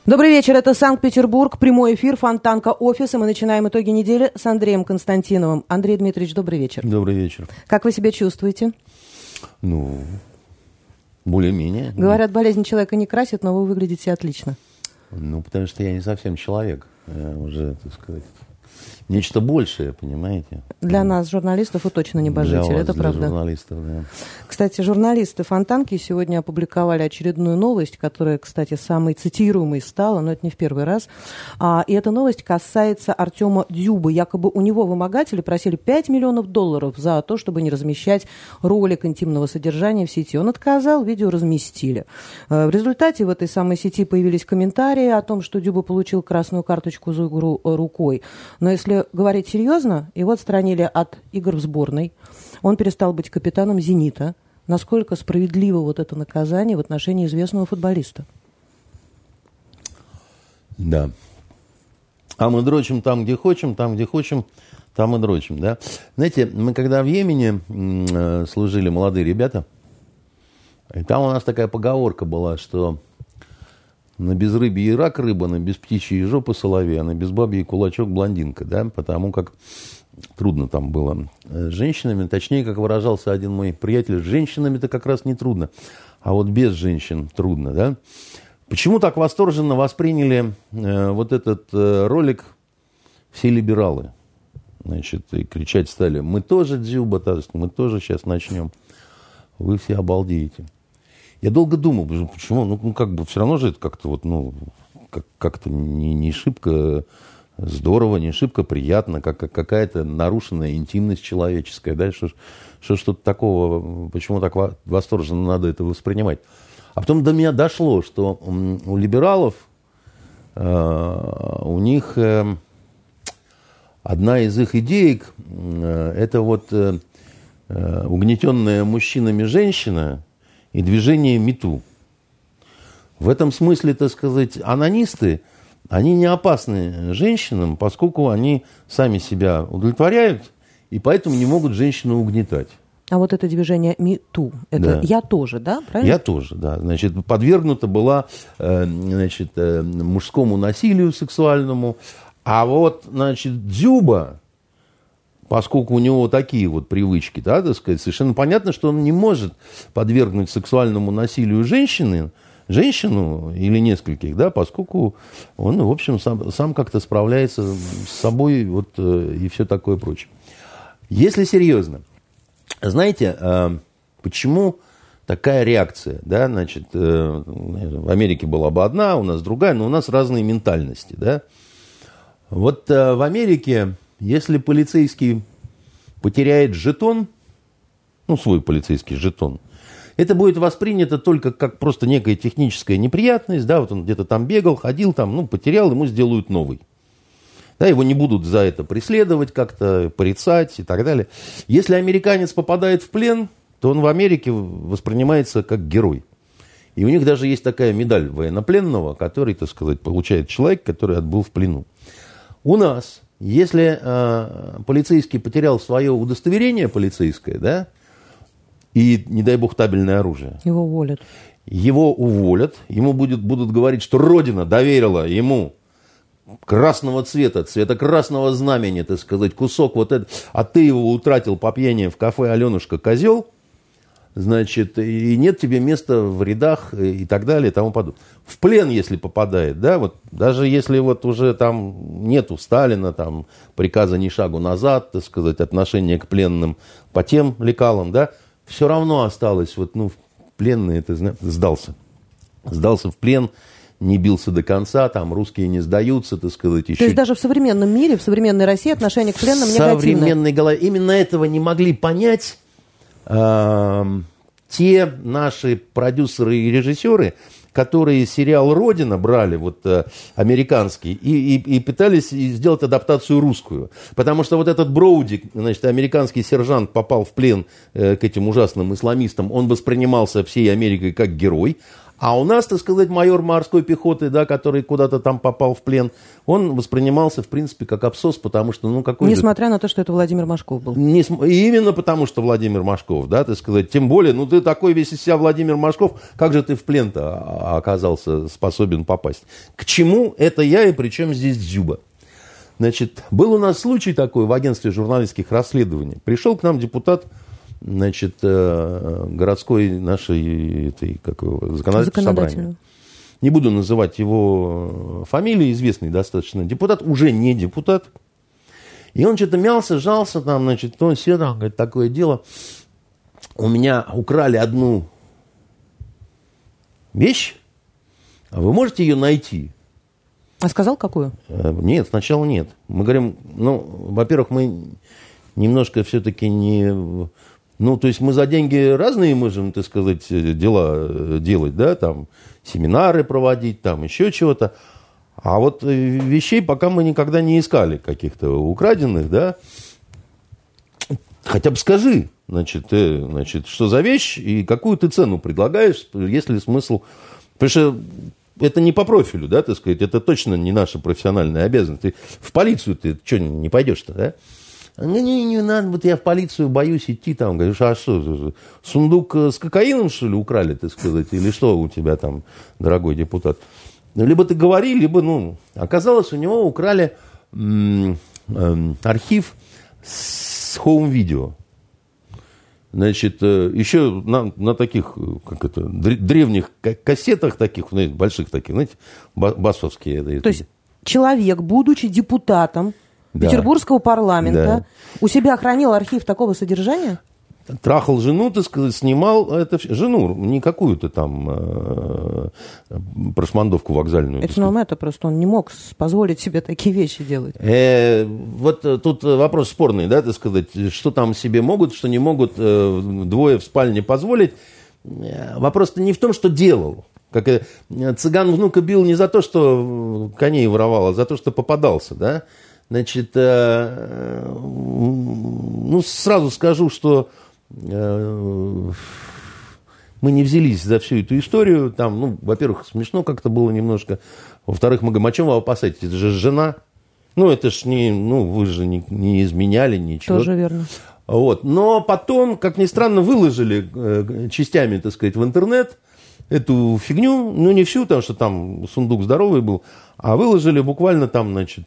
Добрый вечер, это Санкт-Петербург, прямой эфир, Фонтанка, офис, и мы начинаем итоги недели с Андреем Константиновым. Андрей Дмитриевич, добрый вечер. Добрый вечер. Как вы себя чувствуете? Более-менее. Говорят, болезнь человека не красит, но вы выглядите отлично. Потому что я не совсем человек. Я уже, так сказать, нечто большее, понимаете? Для нас, журналистов, вы точно небожитель, для вас, это правда. Для журналистов, да. Кстати, журналисты Фонтанки сегодня опубликовали очередную новость, которая, кстати, самой цитируемой стала, но это не в первый раз. И эта новость касается Артема Дзюбы. Якобы у него вымогатели просили $5 миллионов за то, чтобы не размещать ролик интимного содержания в сети. Он отказал, видео разместили. В результате в этой самой сети появились комментарии о том, что Дзюба получил красную карточку за игру рукой. Но если говорить серьезно, его отстранили от игр в сборной. Он перестал быть капитаном «Зенита». Насколько справедливо вот это наказание в отношении известного футболиста? Да. А мы дрочим там, где хочем, там и дрочим, да. Знаете, мы когда в Йемене служили, молодые ребята, и там у нас такая поговорка была, что на безрыбье и рак рыба, на без птичьей жопы соловей, а на безбабье кулачок блондинка, да, потому как трудно там было с женщинами, точнее, как выражался один мой приятель, с женщинами-то как раз не трудно, а вот без женщин трудно, да. Почему так восторженно восприняли вот этот ролик все либералы? Значит, и кричать стали: мы тоже Дзюба, мы тоже сейчас начнем. Вы все обалдеете. Я долго думал, почему, как бы все равно же это как-то вот, как-то не шибко здорово, не шибко приятно, как какая-то нарушенная интимность человеческая, да, что-то такого, почему так восторженно надо это воспринимать. А потом до меня дошло, что у либералов, у них одна из их идеек, это вот угнетенная мужчинами женщина и движение МИТУ. В этом смысле, так сказать, анонисты, они не опасны женщинам, поскольку они сами себя удовлетворяют и поэтому не могут женщину угнетать. А вот это движение МИТУ, это да. Я тоже, да, правильно? Я тоже, да. Значит, подвергнута была, мужскому насилию сексуальному, а вот, значит, Дзюба, поскольку у него такие вот привычки, да, так сказать, совершенно понятно, что он не может подвергнуть сексуальному насилию женщину или нескольких, да, поскольку он, в общем, сам как-то справляется с собой вот, и все такое прочее. Если серьезно, знаете, почему такая реакция, да, значит, в Америке была бы одна, у нас другая, но у нас разные ментальности, да. Вот в Америке, если полицейский потеряет жетон, свой полицейский жетон, это будет воспринято только как просто некая техническая неприятность, да, вот он где-то там бегал, ходил там, потерял, ему сделают новый. Да, его не будут за это преследовать как-то, порицать и так далее. Если американец попадает в плен, то он в Америке воспринимается как герой. И у них даже есть такая медаль военнопленного, который, так сказать, получает человек, который отбыл в плену. У нас, если полицейский потерял свое удостоверение полицейское, да, и, не дай бог, табельное оружие. Его уволят. Его уволят. Ему будут говорить, что Родина доверила ему красного цвета красного знамени, так сказать, кусок вот этот, а ты его утратил по пьяни в кафе «Аленушка, козел», значит, и нет тебе места в рядах и так далее и тому подобное. В плен, если попадает, да, вот даже если вот уже там нету Сталина, там приказа ни шагу назад, так сказать, отношение к пленным по тем лекалам, да, все равно осталось, вот, пленный это сдался в плен, не бился до конца, там русские не сдаются, так сказать. Еще... То есть даже в современном мире, в современной России отношение к пленным негативное? В современной голове. Именно этого не могли понять те наши продюсеры и режиссеры, которые сериал «Родина» брали, вот американский, и пытались сделать адаптацию русскую. Потому что вот этот Броуди, значит, американский сержант, попал в плен к этим ужасным исламистам, он воспринимался всей Америкой как герой. А у нас, так сказать, майор морской пехоты, да, который куда-то там попал в плен, он воспринимался, в принципе, как абсос, потому что, ну, какой-то... Несмотря на то, что это Владимир Машков был. Именно потому, что Владимир Машков, да, так сказать. Тем более, ну, ты такой весь из себя Владимир Машков, как же ты в плен-то оказался способен попасть? К чему это я и при чем здесь Дзюба? Значит, был у нас случай такой в агентстве журналистских расследований. Пришел к нам депутат, значит, городской нашей законодательного собрания. Не буду называть его фамилию, известный достаточно депутат, уже не депутат. И он что-то мялся, жался там, значит, он все там, говорит, такое дело. У меня украли одну вещь, а вы можете ее найти? А сказал, какую? Нет, сначала нет. Мы говорим, ну, во-первых, мы немножко все-таки не... Ну, то есть мы за деньги разные можем, так сказать, дела делать, да, там, семинары проводить, там, еще чего-то. А вот вещей пока мы никогда не искали каких-то украденных, да. Хотя бы скажи, значит, что за вещь и какую ты цену предлагаешь, есть ли смысл... Потому что это не по профилю, да, так сказать, это точно не наша профессиональная обязанность. Ты в полицию ты что, не пойдешь-то, да? Не надо, вот я в полицию боюсь идти там. Говоришь, а что, сундук с кокаином, что ли, украли, так сказать, или что у тебя там, дорогой депутат? Либо ты говори, либо, ну, оказалось, у него украли архив с хоум-видео. Значит, еще на таких, как это, древних кассетах таких, знаете, больших таких, знаете, басовские. То есть человек, будучи депутатом, да. Петербургского парламента, да. у себя хранил архив такого содержания? Трахал жену, так сказать, снимал жену, не какую-то там прошмандовку вокзальную. Это это просто он не мог позволить себе такие вещи делать. Вот тут вопрос спорный, да, так сказать, что там себе могут, что не могут двое в спальне позволить. Вопрос-то не в том, что делал. Как цыган внука бил не за то, что коней воровал, а за то, что попадался, да. Значит, ну, сразу скажу, что мы не взялись за всю эту историю. Там, ну, во-первых, смешно как-то было немножко. Во-вторых, мы говорим, о чем вы опасаетесь? Это же жена. Ну, это ж не, ну, вы же не изменяли ничего. Тоже верно. Вот. Но потом, как ни странно, выложили частями, так сказать, в интернет эту фигню. Ну, не всю, потому что там сундук здоровый был, а выложили буквально там, значит...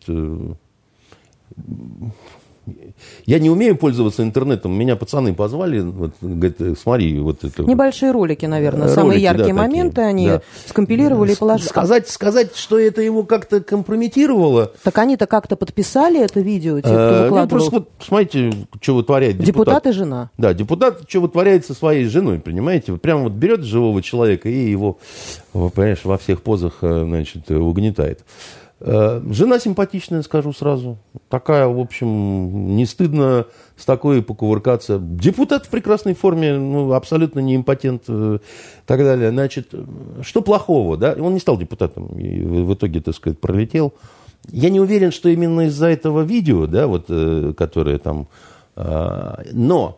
Я не умею пользоваться интернетом. Меня пацаны позвали, вот, говорят, смотри, вот это. Небольшие ролики, наверное, самые яркие моменты, такие, они скомпилировали и положили. Сказать, что это его как-то компрометировало. Так они-то как-то подписали это видео, те, кто выкладывал. Просто вот, смотрите, что вытворяет депутат. Депутат и жена. Да, депутат, что вытворяет со своей женой, понимаете? Вот прямо вот берет живого человека и его, понимаешь, во всех позах, значит, угнетает. Жена симпатичная, скажу сразу. Такая, в общем, не стыдно с такой покувыркаться. Депутат в прекрасной форме, ну, абсолютно не импотент и так далее. Значит, что плохого, да? Он не стал депутатом, и в итоге, так сказать, пролетел. Я не уверен, что именно из-за этого видео, да, вот, которое там... Но...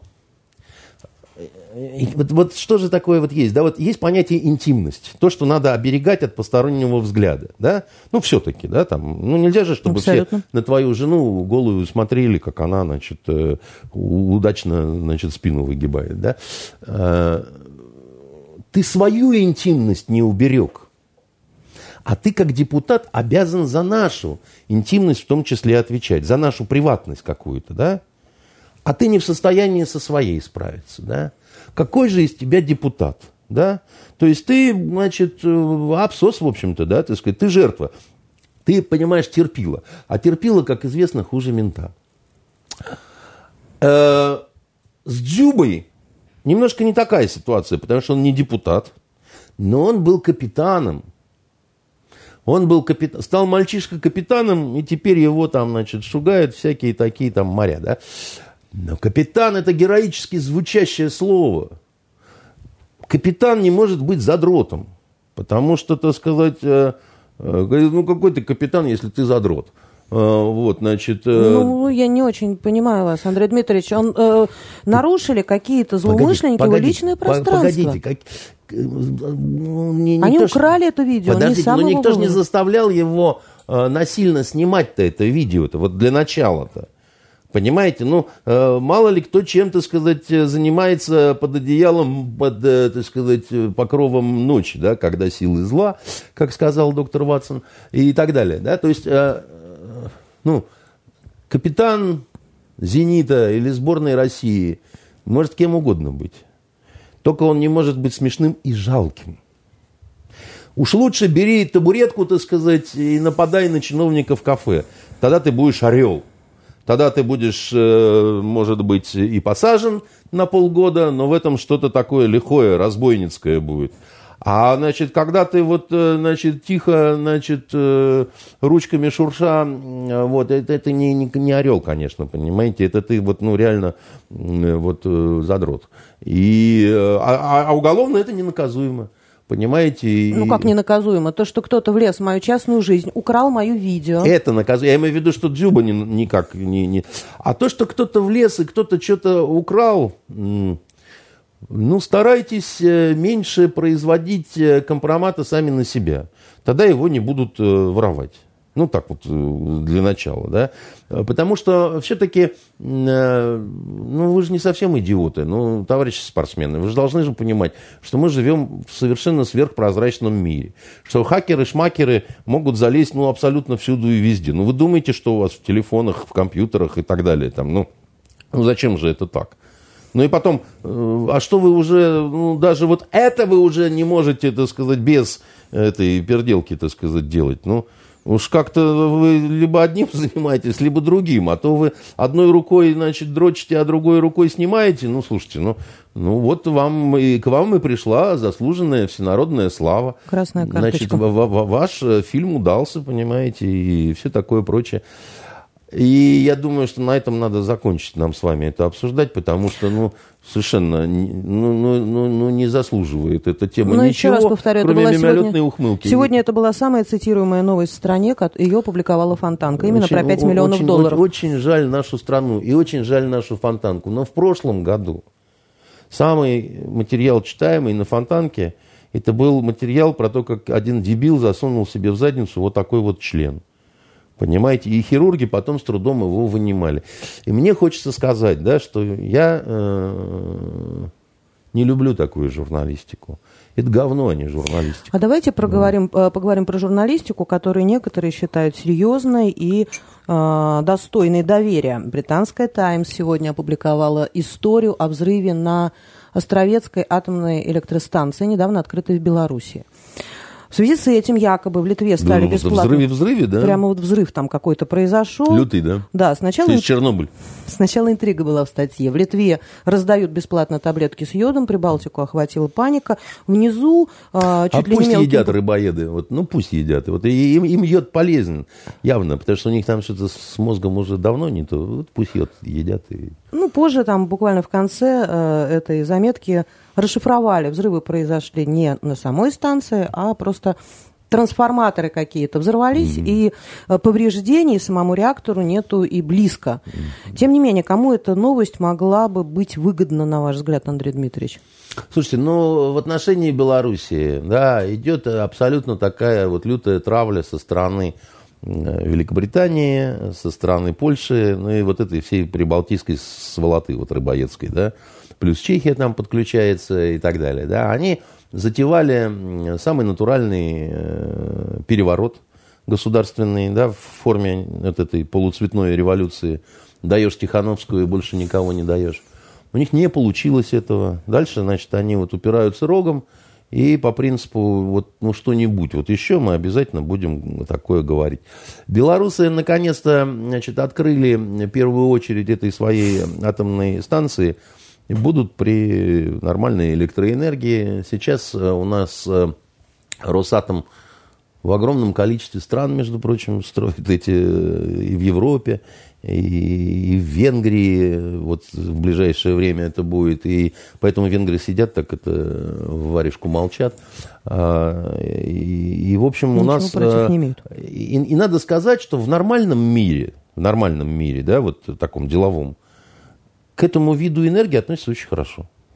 Вот что же такое вот есть? Да, вот есть понятие интимность. То, что надо оберегать от постороннего взгляда. Да? Ну, все-таки, да, там, ну, нельзя же, чтобы абсолютно все на твою жену голую смотрели, как она, значит, удачно, значит, спину выгибает. Да? Ты свою интимность не уберег. А ты, как депутат, обязан за нашу интимность в том числе отвечать. За нашу приватность какую-то, да? А ты не в состоянии со своей справиться, да? Какой же из тебя депутат, да? То есть ты, значит, абсос, в общем-то, да, так сказать, ты жертва. Ты, понимаешь, терпила. А терпила, как известно, хуже мента. С Дзюбой немножко не такая ситуация, потому что он не депутат, но он был капитаном. Он был стал мальчишка капитаном, и теперь его там, значит, шугают всякие такие там моря, да? Но капитан – это героически звучащее слово. Капитан не может быть задротом, потому что, так сказать, ну какой ты капитан, если ты задрот? Вот, значит... Ну, я не очень понимаю вас, Андрей Дмитриевич. Нарушили какие-то злоумышленники его личное пространство. Погодите, Они украли это видео. Подождите, но никто же не заставлял его насильно снимать-то это видео-то, вот для начала-то. Понимаете, мало ли кто чем, так сказать, занимается под одеялом, под, так сказать, покровом ночи, да, когда силы зла, как сказал доктор Ватсон, и так далее, да, то есть, капитан «Зенита» или сборной России может кем угодно быть, только он не может быть смешным и жалким. Уж лучше бери табуретку, так сказать, и нападай на чиновника в кафе, тогда ты будешь орел. Тогда ты будешь, может быть, и посажен на полгода, но в этом что-то такое лихое, разбойницкое будет. А, значит, когда ты вот, значит, тихо, значит, ручками шурша, вот, это не орел, конечно, понимаете, это ты вот, реально, вот, задрот. А уголовно это ненаказуемо. Понимаете? Как ненаказуемо? То, что кто-то влез в мою частную жизнь, украл мое видео. Это наказуемо. Я имею в виду, что Дзюба никак не... А то, что кто-то влез и кто-то что-то украл, старайтесь меньше производить компромата сами на себя. Тогда его не будут воровать. Так вот, для начала, да. Потому что все-таки, вы же не совсем идиоты, товарищи спортсмены, вы же должны понимать, что мы живем в совершенно сверхпрозрачном мире. Что хакеры-шмакеры могут залезть, абсолютно всюду и везде. Вы думаете, что у вас в телефонах, в компьютерах и так далее, там, зачем же это так? И потом, а что вы уже, даже вот это вы уже не можете, так сказать, без этой переделки, так сказать, делать, Уж как-то вы либо одним занимаетесь, либо другим. А то вы одной рукой, значит, дрочите, а другой рукой снимаете. Слушайте, вот вам и к вам и пришла заслуженная всенародная слава. Красная карточка. Значит, ваш фильм удался, понимаете, и все такое прочее. И я думаю, что на этом надо закончить нам с вами это обсуждать, потому что, совершенно, не заслуживает эта тема ничего, еще раз повторю, кроме это была мимолетной ухмылки. Сегодня это была самая цитируемая новость в стране, ее опубликовала Фонтанка, именно про 5 миллионов долларов. Очень жаль нашу страну и очень жаль нашу Фонтанку. Но в прошлом году самый материал, читаемый на Фонтанке, это был материал про то, как один дебил засунул себе в задницу вот такой вот член. Понимаете? И хирурги потом с трудом его вынимали. И мне хочется сказать, да, что я не люблю такую журналистику. Это говно, а не журналистика. А давайте поговорим про журналистику, которую некоторые считают серьезной и достойной доверия. Британская «Таймс» сегодня опубликовала историю о взрыве на Островецкой атомной электростанции, недавно открытой в Беларуси. В связи с этим якобы в Литве стали бесплатно... Взрыве, да? Прямо вот взрыв там какой-то произошел. Лютый, да? Да, сначала... То есть Чернобыль. Сначала интрига была в статье. В Литве раздают бесплатно таблетки с йодом, Прибалтику охватила паника. Внизу чуть ли не мелким... едят рыбоеды. Пусть едят. Им йод полезен, явно, потому что у них там что-то с мозгом уже давно не то. Пусть йод едят. Позже, там буквально в конце этой заметки расшифровали. Взрывы произошли не на самой станции, а просто трансформаторы какие-то взорвались, и повреждений самому реактору нету и близко. Тем не менее, кому эта новость могла бы быть выгодна, на ваш взгляд, Андрей Дмитриевич? Слушайте, в отношении Белоруссии, да, идет абсолютно такая вот лютая травля со стороны Великобритании, со стороны Польши, и вот этой всей прибалтийской сволоты, рыбоедской, да, плюс Чехия там подключается и так далее, да, они затевали самый натуральный переворот государственный, да, в форме вот этой полуцветной революции.Даешь Тихановскую и больше никого не даешь. У них не получилось этого. Дальше, значит, они упираются рогом и по принципу что-нибудь. Еще мы обязательно будем такое говорить. Белорусы наконец-то, значит, открыли первую очередь этой своей атомной станции и будут при нормальной электроэнергии. Сейчас у нас Росатом в огромном количестве стран, между прочим, строит и в Европе, и в Венгрии, в ближайшее время это будет, и поэтому венгры сидят так в варежку молчат. И в общем, у нас... против не имеют. И надо сказать, что в нормальном мире, да, таком деловом, к этому виду энергии относятся очень хорошо.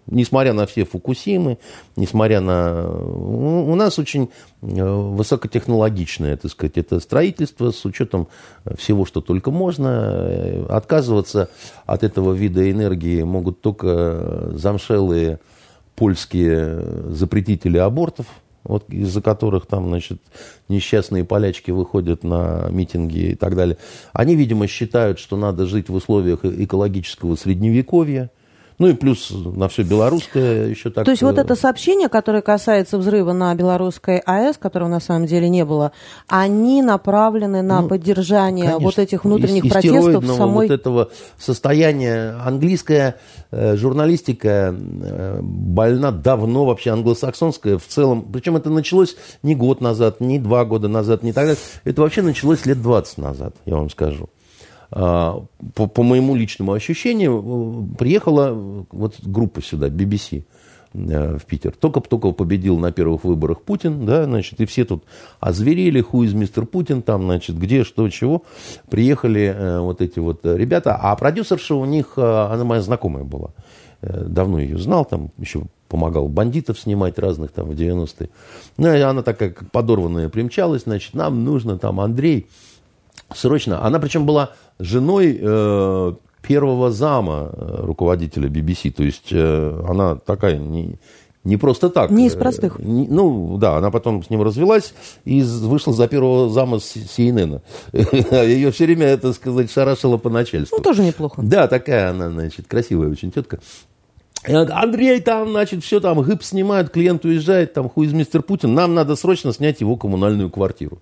Несмотря на все Фукусимы, несмотря на... У нас очень высокотехнологичное, так сказать, это строительство с учетом всего, что только можно. Отказываться от этого вида энергии могут только замшелые польские запретители абортов, вот из-за которых там, значит, несчастные полячки выходят на митинги и так далее. Они, видимо, считают, что надо жить в условиях экологического средневековья. Ну и плюс на все белорусское еще так... То есть вот это сообщение, которое касается взрыва на белорусской АЭС, которого на самом деле не было, они направлены на поддержание, конечно, вот этих внутренних протестов самой... вот этого состояния. Английская журналистика больна давно, вообще англосаксонская в целом. Причем это началось не год назад, не 2 года назад, не так далее. Это вообще началось лет 20 назад, я вам скажу. По моему личному ощущению, приехала вот группа сюда, BBC, в Питер. Только победил на первых выборах Путин, да, значит, и все тут озверели, who is мистер Путин, там, значит, где, что, чего. Приехали вот эти вот ребята, а продюсерша у них, она моя знакомая была. Давно ее знал, там еще помогал бандитов снимать разных там в 90-е. Ну, и она такая, как подорванная, примчалась, значит, нам нужно там Андрей, срочно. Она причем была женой первого зама руководителя BBC. То есть она такая не просто так. Не из простых. Ну, да, она потом с ним развелась и вышла за первого зама с CNN. Ее все время, это сказать, шарашило по начальству. Ну, тоже неплохо. Да, такая она, значит, красивая очень тетка. Андрей там, значит, все там, гып снимают, клиент уезжает, там, who is мистер Путин, нам надо срочно снять его коммунальную квартиру.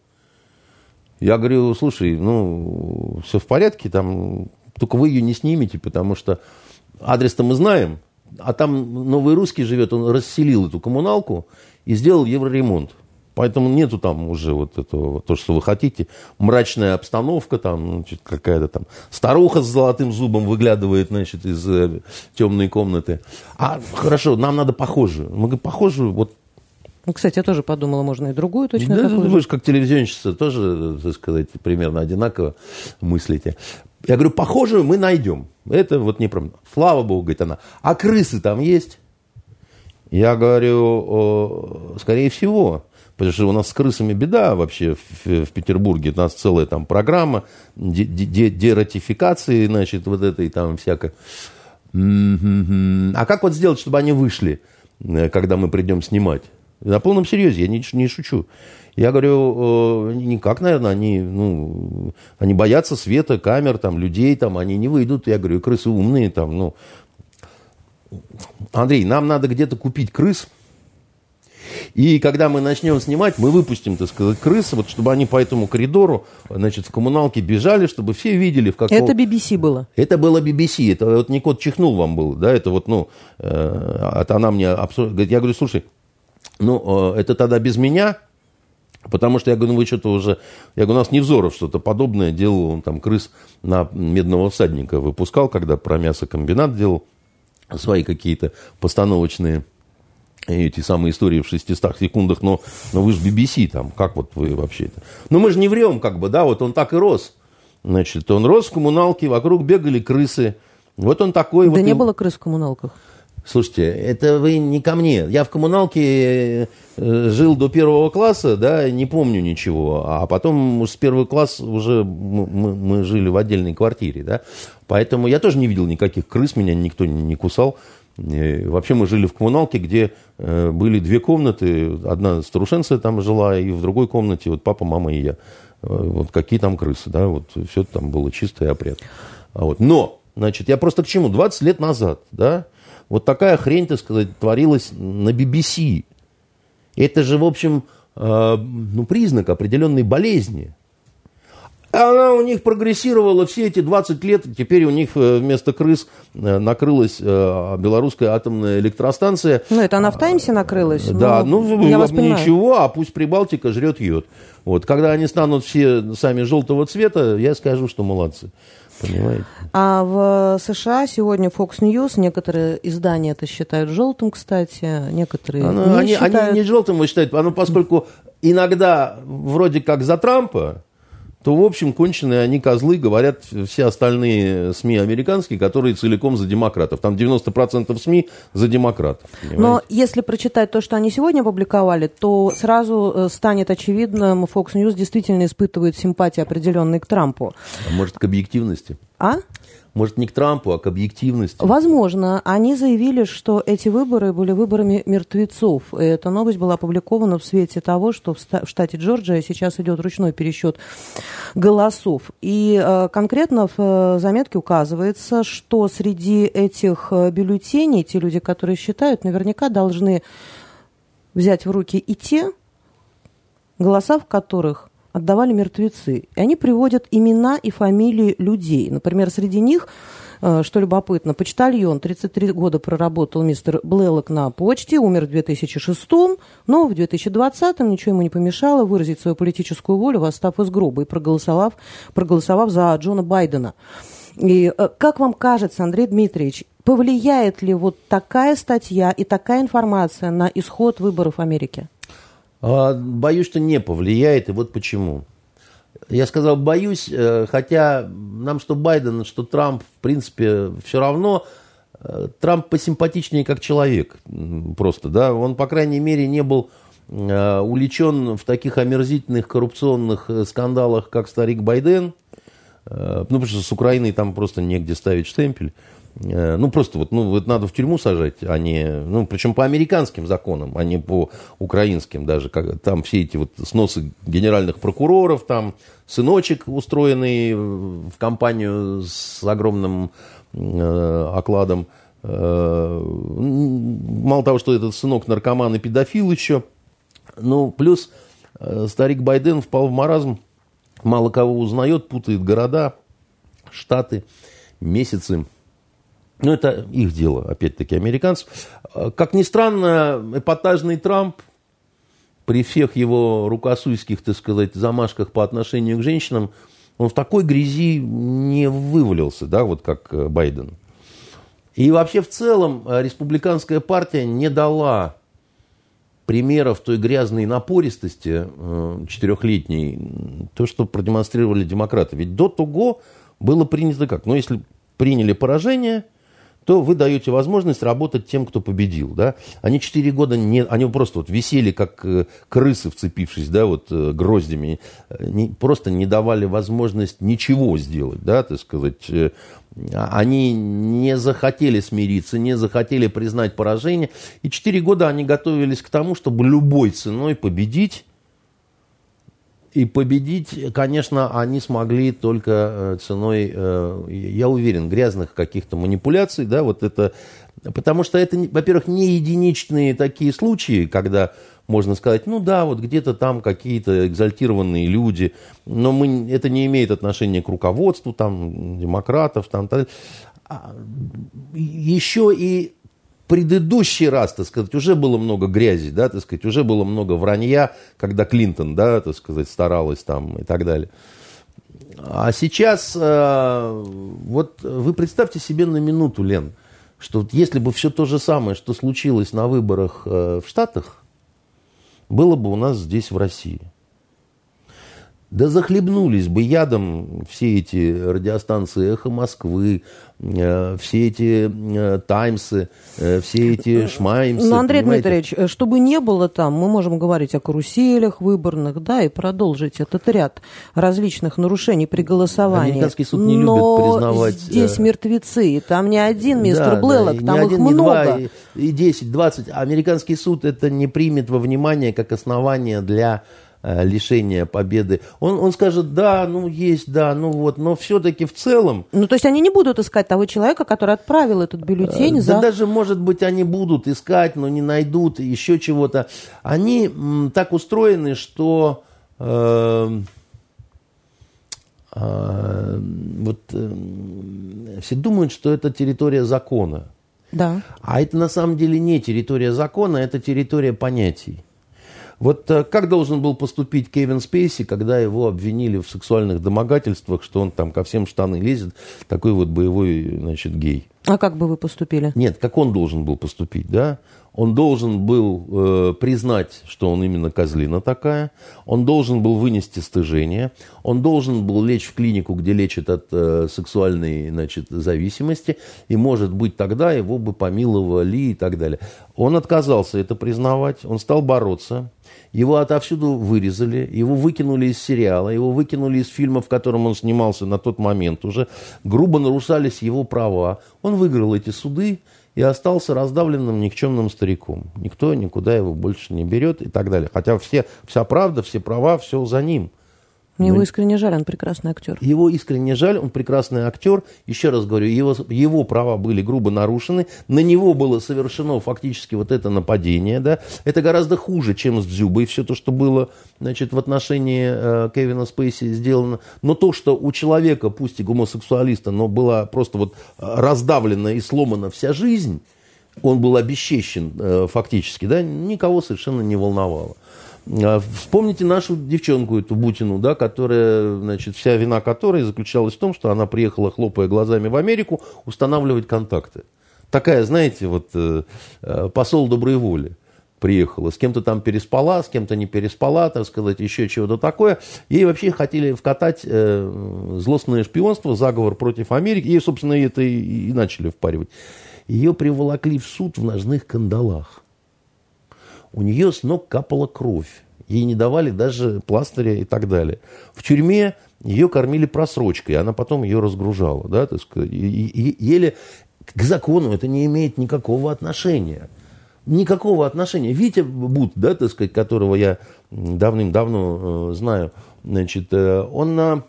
Я говорю, слушай, ну, все в порядке, там, только вы ее не снимете, потому что адрес-то мы знаем, а там Новый Русский живет, он расселил эту коммуналку и сделал евроремонт. Поэтому нету там уже вот этого, то, что вы хотите, мрачная обстановка, там, значит, какая-то там старуха с золотым зубом выглядывает, значит, из темной комнаты. А, хорошо, нам надо похожую. Мы говорим, похожую, вот. Ну, кстати, я тоже подумала, можно и другую точно такую же. Вы же как телевизионщица тоже, так сказать, примерно одинаково мыслите. Я говорю, похожую мы найдем. Это вот не проблема. Слава богу, говорит она. А крысы там есть? Я говорю, скорее всего. Потому что у нас с крысами беда вообще в Петербурге. У нас целая там программа дератификации, значит, вот этой там всякой. А как вот сделать, чтобы они вышли, когда мы придем снимать? На полном серьезе, я не шучу. Я говорю, никак, наверное, они боятся света, камер, там, людей, там, они не выйдут. Я говорю, крысы умные, там, ну. Андрей, нам надо где-то купить крыс. И когда мы начнем снимать, мы выпустим, так сказать, крыс, вот, чтобы они по этому коридору, значит, в коммуналке бежали, чтобы все видели, в каком... Это BBC было? Это было BBC, это вот не кот чихнул вам был, да, это вот, ну, это она мне... Я говорю, слушай, ну, это тогда без меня, потому что я говорю, ну, вы что-то уже... Я говорю, у нас Невзоров что-то подобное делал, он там крыс на Медного всадника выпускал, когда про мясокомбинат делал свои какие-то постановочные эти самые истории в 600 секундах, но вы же BBC там, как вот вы вообще это? Ну, мы же не врем, как бы, да, вот он так и рос. Значит, он рос в коммуналке, вокруг бегали крысы. Вот он такой... Да вот не было крыс в коммуналках. Слушайте, это вы не ко мне. Я в коммуналке жил до 1 класса, да, не помню ничего. А потом с 1 класса уже мы жили в отдельной квартире, да. Поэтому я тоже не видел никаких крыс, меня никто не кусал. И вообще мы жили в коммуналке, где были 2 комнаты. Одна старушенция там жила, и в другой комнате вот папа, мама и я. Вот какие там крысы, да, вот все там было чисто и опрятно. Вот. Но, значит, я просто к чему? 20 лет назад, да, вот такая хрень, так сказать, творилась на BBC. Это же, в общем, признак определенной болезни. Она у них прогрессировала все эти 20 лет. Теперь у них вместо крыс накрылась белорусская атомная электростанция. Ну, это она в «Таймсе» накрылась? Да, я вас понимаю. Ничего, а пусть Прибалтика жрет йод. Вот. Когда они станут все сами желтого цвета, я скажу, что молодцы. Понимаете? А в США сегодня Fox News, некоторые издания это считают желтым, кстати, некоторые не считают. Они не желтым его считают, поскольку иногда вроде как за Трампа, то, в общем, конченые они козлы, говорят все остальные СМИ американские, которые целиком за демократов. Там 90% СМИ за демократов. Понимаете? Но если прочитать то, что они сегодня опубликовали, то сразу станет очевидным, Fox News действительно испытывает симпатии определенные к Трампу. А может, к объективности? А? Может, не к Трампу, а к объективности? Возможно. Они заявили, что эти выборы были выборами мертвецов. И эта новость была опубликована в свете того, что в штате Джорджия сейчас идет ручной пересчет голосов. И конкретно в заметке указывается, что среди этих бюллетеней те люди, которые считают, наверняка должны взять в руки и те, голоса в которых отдавали мертвецы. И они приводят имена и фамилии людей. Например, среди них, что любопытно, почтальон, 33 года проработал мистер Блэлок на почте, умер в 2006, но в 2020 ничего ему не помешало выразить свою политическую волю, восстав из гроба и проголосовав за Джона Байдена. И как вам кажется, Андрей Дмитриевич, повлияет ли вот такая статья и такая информация на исход выборов в Америке? Боюсь, что не повлияет, и вот почему. Я сказал, боюсь, хотя нам что Байден, что Трамп, в принципе, все равно. Трамп посимпатичнее как человек просто, да. Он, по крайней мере, не был увлечен в таких омерзительных коррупционных скандалах, как старик Байден. Ну, потому что с Украиной там просто негде ставить штемпель. Ну, просто вот надо в тюрьму сажать, а не... причем по американским законам, а не по украинским даже. Там все эти вот сносы генеральных прокуроров, там сыночек, устроенный в компанию с огромным окладом. Мало того, что этот сынок наркоман и педофил еще, плюс старик Байден впал в маразм, мало кого узнает, путает города, штаты, месяцы. Это их дело, опять-таки, американцев. Как ни странно, эпатажный Трамп при всех его рукосуйских, так сказать, замашках по отношению к женщинам, он в такой грязи не вывалился, да, вот как Байден. И вообще в целом республиканская партия не дала примеров той грязной напористости четырехлетней, то, что продемонстрировали демократы. Ведь до того было принято как? Если приняли поражение, то вы даете возможность работать тем, кто победил. Да? Они 4 года они просто висели, как крысы, вцепившись, да, гроздями, просто не давали возможность ничего сделать, да, так сказать. Они не захотели смириться, не захотели признать поражение. И 4 года они готовились к тому, чтобы любой ценой победить. И победить, конечно, они смогли только ценой, я уверен, грязных каких-то манипуляций, да, потому что это, во-первых, не единичные такие случаи, когда можно сказать, где-то там какие-то экзальтированные люди, но это не имеет отношения к руководству, там, демократов, там, еще и предыдущий раз, так сказать, уже было много грязи, да, так сказать, уже было много вранья, когда Клинтон, да, так сказать, старалась там и так далее. А сейчас, вы представьте себе на минуту, Лен, что если бы все то же самое, что случилось на выборах в Штатах, было бы у нас здесь, в России. Да захлебнулись бы ядом все эти радиостанции «Эхо Москвы», все эти «Таймсы», все эти «Шмаймсы». Андрей Дмитриевич, чтобы не было там, мы можем говорить о каруселях выборных, да, и продолжить этот ряд различных нарушений при голосовании. Американский суд не любит признавать... Но здесь мертвецы, там не один мистер Блэлок, там их один, много. Не 2, и 10, 20. Американский суд это не примет во внимание как основание для лишения победы. Он скажет, есть, но все-таки в целом... то есть они не будут искать того человека, который отправил этот бюллетень за... Да даже, может быть, они будут искать, но не найдут, еще чего-то. Они так устроены, что... все думают, что это территория закона. Да. А это на самом деле не территория закона, это территория понятий. Как должен был поступить Кевин Спейси, когда его обвинили в сексуальных домогательствах, что он там ко всем в штаны лезет, такой боевой, гей. А как бы вы поступили? Нет, как он должен был поступить, да? Он должен был признать, что он именно козлина такая. Он должен был вынести стыжение. Он должен был лечь в клинику, где лечат от сексуальной, значит, зависимости. И, может быть, тогда его бы помиловали и так далее. Он отказался это признавать. Он стал бороться. Его отовсюду вырезали. Его выкинули из сериала. Его выкинули из фильма, в котором он снимался на тот момент уже. Грубо нарушались его права. Он выиграл эти суды. И остался раздавленным никчемным стариком. Никто никуда его больше не берет и так далее. Хотя вся правда, все права, все за ним. Мне его искренне жаль, он прекрасный актер. Его искренне жаль, он прекрасный актер. Еще раз говорю, его права были грубо нарушены. На него было совершено фактически вот это нападение. Да? Это гораздо хуже, чем с Дзюбой. Все то, что было, значит, в отношении Кевина Спейси сделано. Но то, что у человека, пусть и гомосексуалиста, но была просто вот раздавлена и сломана вся жизнь, он был обесчещен фактически, да, никого совершенно не волновало. Вспомните нашу девчонку, эту Бутину, да, которая, значит, вся вина которой заключалась в том, что она приехала, хлопая глазами, в Америку устанавливать контакты. Такая, знаете, вот посол доброй воли приехала. С кем-то там переспала, с кем-то не переспала, так сказать, еще чего-то такое. Ей вообще хотели вкатать злостное шпионство, заговор против Америки. Ей, собственно, это и начали впаривать. Ее приволокли в суд в ножных кандалах. У нее с ног капала кровь. Ей не давали даже пластыря и так далее. В тюрьме ее кормили просрочкой. Она потом ее разгружала. Да, так сказать. И еле к закону это не имеет никакого отношения. Никакого отношения. Витя Бут, да, так сказать, которого я давным-давно знаю, значит, он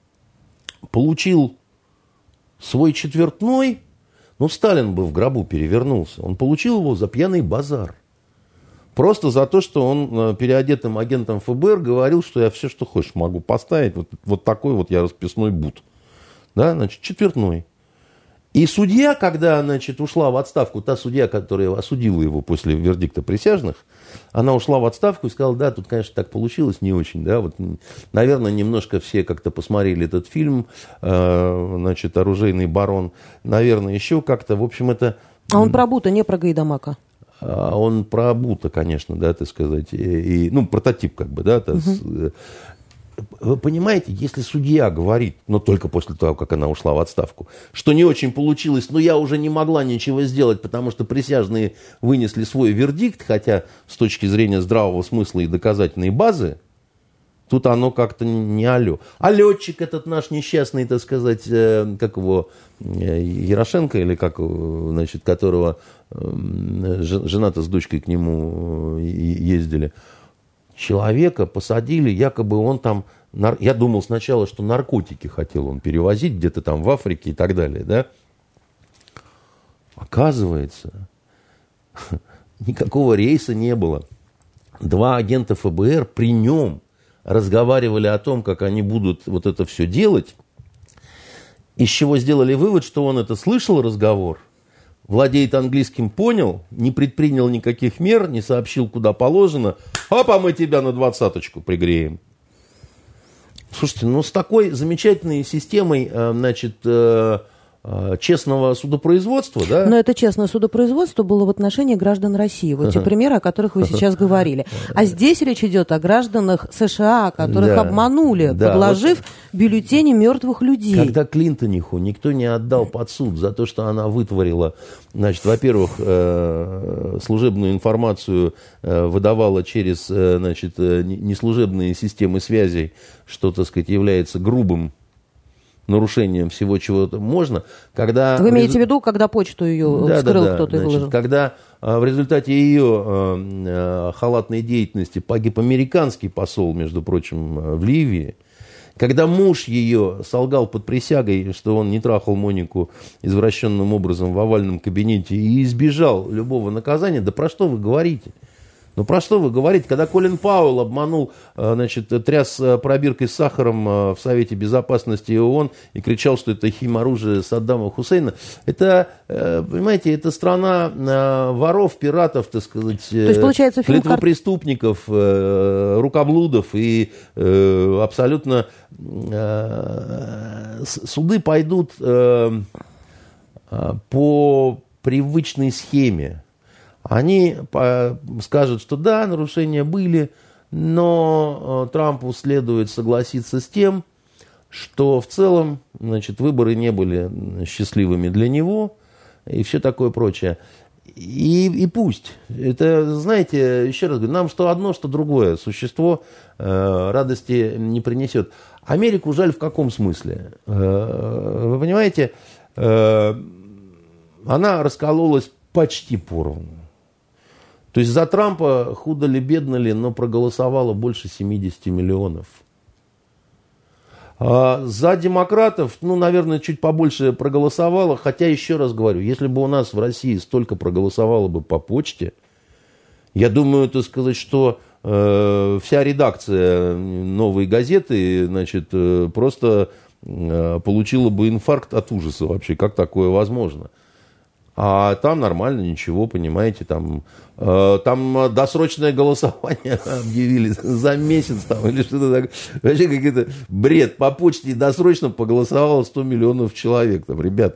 получил свой четвертной, но Сталин бы в гробу перевернулся. Он получил его за пьяный базар. Просто за то, что он переодетым агентом ФБР говорил, что я все, что хочешь, могу поставить. Вот такой вот я расписной Бут. Да, значит, четвертной. И судья, когда, значит, ушла в отставку, та судья, которая осудила его после вердикта присяжных, она ушла в отставку и сказала, да, тут, конечно, так получилось не очень, да, вот, наверное, немножко все как-то посмотрели этот фильм, значит, «Оружейный барон», наверное, еще как-то, в общем, это... А он про Бута, не про Гайдамака? Он про Бута, конечно, да, так сказать, ну, прототип, как бы, да, Вы понимаете, если судья говорит, но только после того, как она ушла в отставку, что не очень получилось, но я уже не могла ничего сделать, потому что присяжные вынесли свой вердикт, хотя с точки зрения здравого смысла и доказательной базы, тут оно как-то не алло. А летчик этот наш несчастный, так сказать, как его, Ярошенко, или как, значит, которого жена-то с дочкой к нему ездили, человека посадили, якобы он там, я думал сначала, что наркотики хотел он перевозить где-то там в Африке и так далее, да. Оказывается, никакого рейса не было. 2 агента ФБР при нем разговаривали о том, как они будут вот это все делать, из чего сделали вывод, что он это слышал разговор, владеет английским, понял, не предпринял никаких мер, не сообщил, куда положено. Опа, мы тебя на 20-очку пригреем. Слушайте, ну с такой замечательной системой, значит, честного судопроизводства, да? Но это честное судопроизводство было в отношении граждан России. Вот те примеры, о которых вы сейчас говорили. А здесь речь идет о гражданах США, которых обманули, подложив бюллетени мертвых людей. Когда Клинтониху никто не отдал под суд за то, что она вытворила, значит, во-первых, служебную информацию выдавала через, значит, неслужебные системы связей, что, так сказать, является грубым нарушением всего, чего можно. Когда вы имеете в виду, когда почту ее вскрыл кто-то и выложил? Когда в результате ее халатной деятельности погиб американский посол, между прочим, в Ливии, когда муж ее солгал под присягой, что он не трахал Монику извращенным образом в овальном кабинете и избежал любого наказания, да про что вы говорите? Ну, про что вы говорите? Когда Колин Пауэлл обманул, значит, тряс пробиркой с сахаром в Совете Безопасности ООН и кричал, что это химоружие Саддама Хусейна, это, понимаете, это страна воров, пиратов, так сказать, клетвопреступников, рукоблудов, и абсолютно суды пойдут по привычной схеме. Они скажут, что да, нарушения были, но Трампу следует согласиться с тем, что в целом, значит, выборы не были счастливыми для него и все такое прочее. И пусть. Это, знаете, еще раз говорю, нам что одно, что другое существо радости не принесет. Америку жаль в каком смысле? Вы понимаете, она раскололась почти поровну. То есть за Трампа, худо ли, бедно ли, но проголосовало больше 70 миллионов. За демократов, наверное, чуть побольше проголосовало. Хотя, еще раз говорю, если бы у нас в России столько проголосовало бы по почте, я думаю, так сказать, что вся редакция «Новой газеты», значит, просто получила бы инфаркт от ужаса вообще. Как такое возможно? А там нормально, ничего, понимаете, там досрочное голосование объявили за месяц там, или что-то такое. Вообще какой-то бред. По почте досрочно поголосовало 100 миллионов человек. Там, ребят,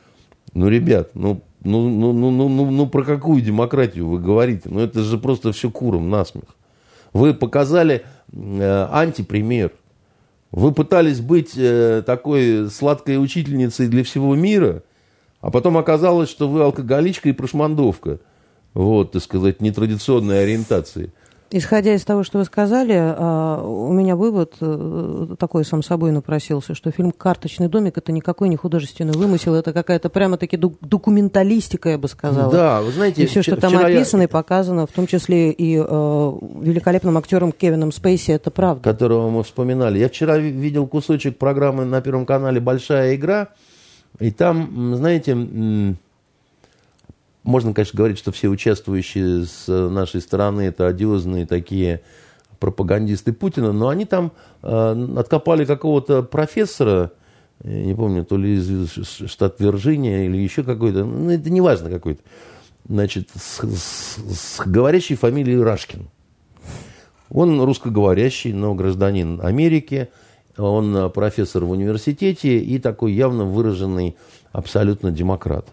про какую демократию вы говорите? Это же просто все куром насмех. Вы показали антипример. Вы пытались быть такой сладкой учительницей для всего мира, а потом оказалось, что вы алкоголичка и прошмандовка. Вот, так сказать, нетрадиционной ориентации. Исходя из того, что вы сказали, у меня вывод такой сам собой напросился, что фильм «Карточный домик» — это никакой не художественный вымысел, это какая-то прямо-таки документалистика, я бы сказала. Да, вы знаете... И все, что там описано и показано, в том числе и великолепным актером Кевином Спейси, это правда. Которого мы вспоминали. Я вчера видел кусочек программы на Первом канале «Большая игра», и там, знаете... Можно, конечно, говорить, что все участвующие с нашей стороны это одиозные такие пропагандисты Путина, но они там откопали какого-то профессора, не помню, то ли из штата Вирджиния или еще какой-то, это не важно какой-то, значит, с говорящей фамилией Рашкин. Он русскоговорящий, но гражданин Америки, он профессор в университете и такой явно выраженный абсолютно демократ.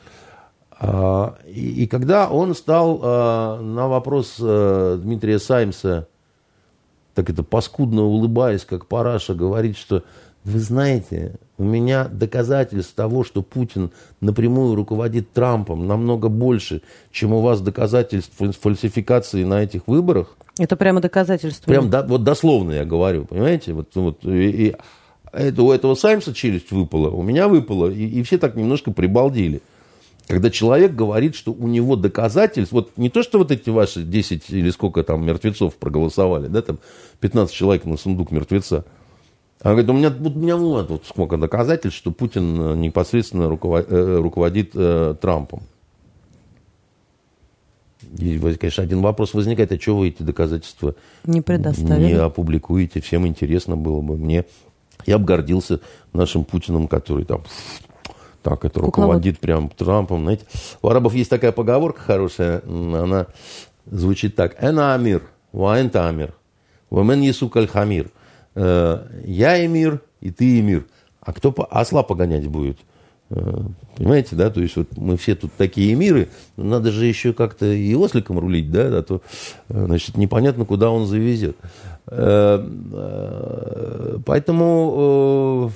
И когда он стал на вопрос Дмитрия Саймса, так это паскудно улыбаясь, как параша, говорить, что вы знаете, у меня доказательств того, что Путин напрямую руководит Трампом, намного больше, чем у вас доказательств фальсификации на этих выборах. Это прямо доказательство. Прям вот дословно я говорю, понимаете? И у этого Саймса челюсть выпала, у меня выпала, и все так немножко прибалдели. Когда человек говорит, что у него доказательств, вот не то, что вот эти ваши 10 или сколько там мертвецов проголосовали, да, там 15 человек на сундук мертвеца. А говорит, у меня вот сколько доказательств, что Путин непосредственно руководит Трампом. И, конечно, один вопрос возникает, а чего вы эти доказательства не предоставили? Не опубликуете? Всем интересно было бы мне. Я бы гордился нашим Путиным, который там... Так, это руководит прям Трампом. Знаете, у арабов есть такая поговорка хорошая, она звучит так. «Эна амир, ва энта амир, ва мен есук аль-хамир». Я эмир, и ты эмир. А кто осла погонять будет? Понимаете, да? То есть вот мы все тут такие эмиры, надо же еще как-то и осликом рулить, да? А то, значит, непонятно, куда он завезет. Поэтому...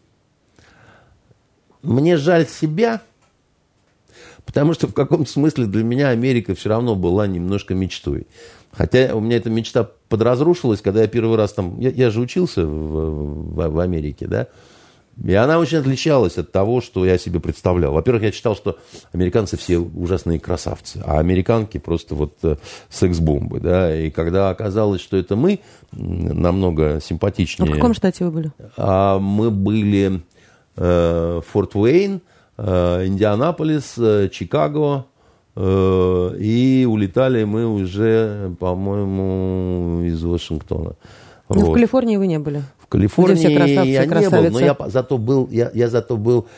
Мне жаль себя, потому что в каком-то смысле для меня Америка все равно была немножко мечтой. Хотя у меня эта мечта подразрушилась, когда я первый раз там... Я же учился в Америке, да? И она очень отличалась от того, что я себе представлял. Во-первых, я считал, что американцы все ужасные красавцы, а американки просто вот секс-бомбы, да? И когда оказалось, что это мы, намного симпатичнее... А в каком штате вы были? Мы были... Форт Уэйн, Индианаполис, Чикаго, и улетали мы уже, по-моему, из Вашингтона. Ну, вот. В Калифорнии вы не были? В Калифорнии я не был, но я зато был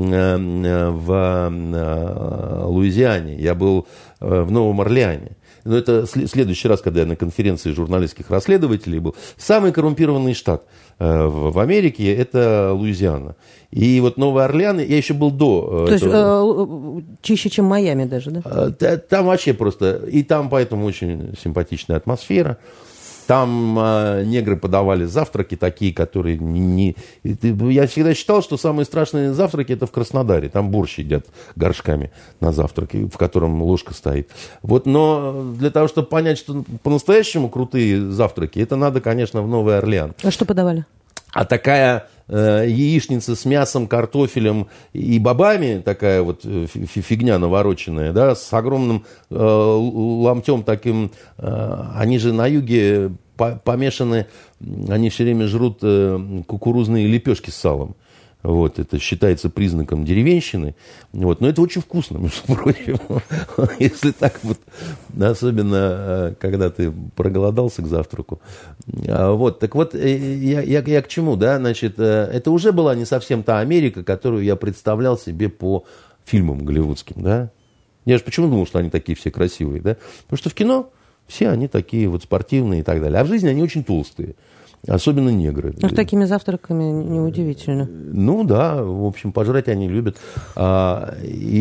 в Луизиане, я был в Новом Орлеане. Но это следующий раз, когда я на конференции журналистских расследователей был. Самый коррумпированный штат в Америке – это Луизиана. И вот Новый Орлеан, я еще был до... То есть чище, чем Майами даже, да? Там вообще просто... И там поэтому очень симпатичная атмосфера. Там негры подавали завтраки такие, которые не... Я всегда считал, что самые страшные завтраки это в Краснодаре. Там борщ едят горшками на завтраке, в котором ложка стоит. Вот, но для того, чтобы понять, что по-настоящему крутые завтраки, это надо, конечно, в Новый Орлеан. А что подавали? А такая яичница с мясом, картофелем и бобами, такая вот фигня навороченная, да, с огромным ломтем таким, они же на юге помешаны, они все время жрут кукурузные лепешки с салом. Вот, это считается признаком деревенщины. Вот, но это очень вкусно, между прочим. Если так вот, особенно, когда ты проголодался к завтраку. Вот, так вот, я к чему, да? Значит, это уже была не совсем та Америка, которую я представлял себе по фильмам голливудским, да? Я же почему думал, что они такие все красивые, да? Потому что в кино все они такие вот спортивные и так далее. А в жизни они очень толстые. Особенно негры. Ну, с такими завтраками неудивительно. Ну, да, в общем, пожрать они любят. А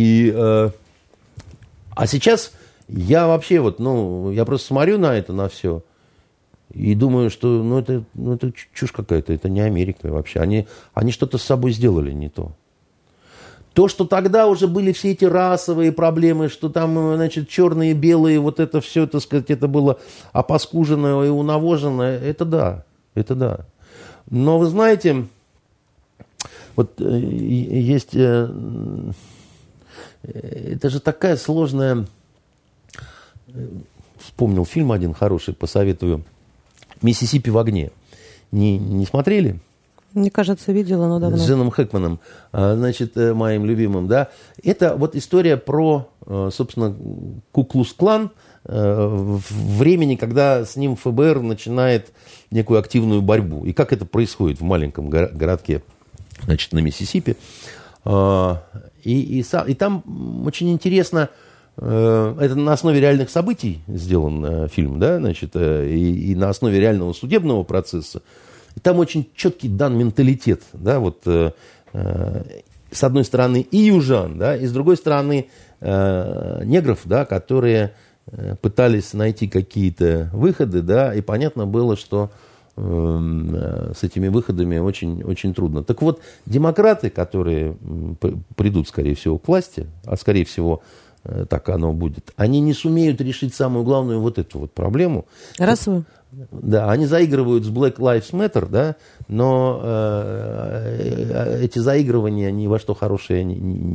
сейчас я вообще вот, я просто смотрю на это, на все, и думаю, что, это чушь какая-то, это не Америка вообще. Они что-то с собой сделали не то. То, что тогда уже были все эти расовые проблемы, что там, значит, черные, белые, вот это все, так сказать, это было опаскуженное и унавоженное, это да. Это да. Но вы знаете, вот есть... Это же такая сложная... Вспомнил фильм один хороший, посоветую. «Миссисипи в огне». Не смотрели? Мне кажется, видела, но давно. С Джином Хэкманом, значит, моим любимым, да. Это вот история про, собственно, Ку-клукс-клан, в времени, когда с ним ФБР начинает некую активную борьбу. И как это происходит в маленьком городке, значит, на Миссисипи. И там очень интересно, это на основе реальных событий сделан фильм, да, значит, и на основе реального судебного процесса. И там очень четкий дан менталитет, да, вот с одной стороны и южан, да, и с другой стороны негров, да, которые пытались найти какие-то выходы, да, и понятно было, что с этими выходами очень, очень трудно. Так вот, демократы, которые придут, скорее всего, к власти, а скорее всего, так оно будет, они не сумеют решить самую главную вот эту вот проблему. Расовую? Да, они заигрывают с Black Lives Matter, да, но эти заигрывания ни во что хорошее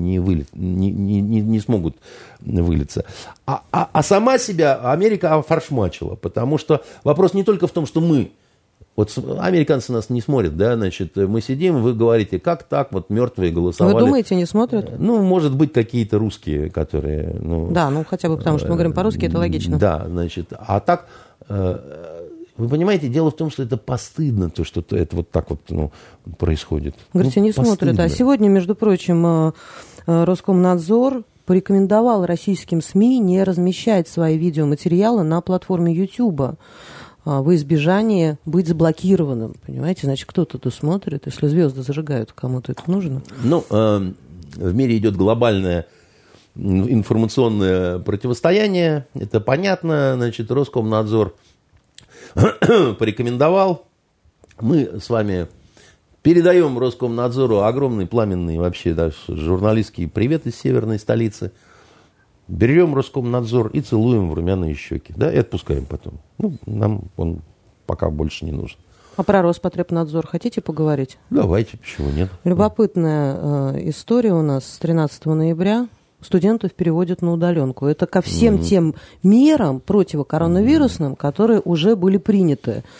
не смогут вылиться. А сама себя Америка офаршмачила, потому что вопрос не только в том, что мы, вот американцы нас не смотрят, да, значит, мы сидим, вы говорите, как так, вот мертвые голосовали. Вы думаете, не смотрят? Ну, может быть, какие-то русские, которые... Да, хотя бы потому, что мы говорим по-русски, это логично. Да, значит, а так... Вы понимаете, дело в том, что это постыдно, то, что это вот так вот происходит. Говорите, не смотрят. А сегодня, между прочим, Роскомнадзор порекомендовал российским СМИ не размещать свои видеоматериалы на платформе YouTube во избежание быть заблокированным. Понимаете, значит, кто-то смотрит, если звезды зажигают, кому-то это нужно. В мире идет глобальное информационное противостояние, это понятно, значит, Роскомнадзор порекомендовал. Мы с вами передаем Роскомнадзору огромный пламенный вообще даже журналистский привет из северной столицы. Берем Роскомнадзор и целуем в румяные щеки, да, и отпускаем потом. Нам он пока больше не нужен. А про Роспотребнадзор хотите поговорить? Давайте, почему нет. Любопытная история у нас с 13 ноября. Студентов переводят на удаленку. Это ко всем тем мерам противокоронавирусным, которые уже были приняты.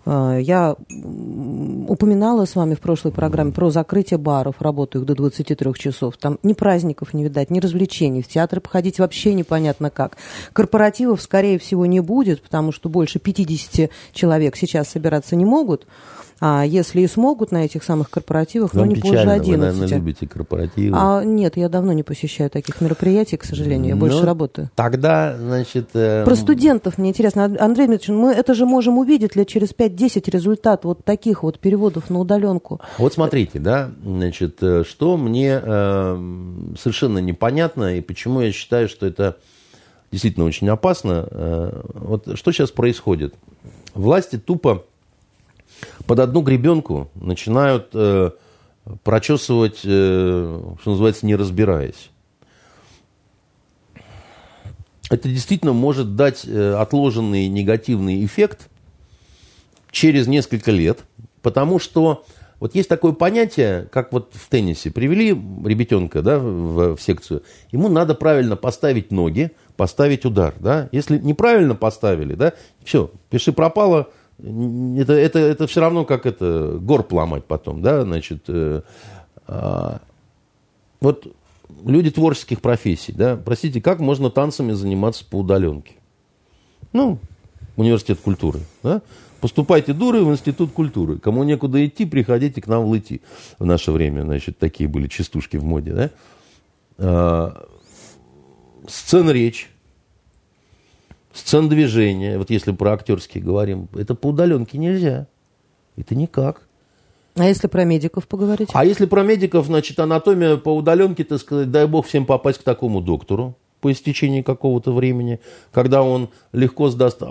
Я упоминала с вами в прошлой программе про закрытие баров, работаю их до 23 часов. Там ни праздников не видать, ни развлечений. В театры походить вообще непонятно как. Корпоративов, скорее всего, не будет, потому что больше 50 человек сейчас собираться не могут. А если и смогут на этих самых корпоративах, Вам не печально, позже 11. Вы, наверное, любите корпоративы. Нет, я давно не посещаю таких мероприятий, к сожалению, я больше работаю. Тогда, значит... Про студентов мне интересно. Андрей Дмитриевич, мы это же можем увидеть лет через 5-10 результат вот таких вот переводов на удаленку. Вот смотрите, да, значит, что мне совершенно непонятно и почему я считаю, что это действительно очень опасно. Вот что сейчас происходит? Власти тупо под одну гребенку начинают прочесывать, что называется, не разбираясь. Это действительно может дать отложенный негативный эффект через несколько лет, потому что вот есть такое понятие, как вот в теннисе. Привели ребятенка, да, в секцию, ему надо правильно поставить ноги, поставить удар. Да? Если неправильно поставили, да, все, пиши пропало. Это все равно, как это, горб ломать потом, да, значит, вот люди творческих профессий, да, простите, как можно танцами заниматься по удаленке? Ну, университет культуры, да, поступайте, дуры, в институт культуры, кому некуда идти, приходите к нам в ЛИТИ. В наше время, значит, такие были частушки в моде, да, сцен-речь, сцен движения, вот если про актерские говорим, это по удаленке нельзя. Это никак. А если про медиков поговорить? А если про медиков, значит, анатомия по удаленке, так сказать, дай бог всем попасть к такому доктору по истечении какого-то времени, когда он легко сдаст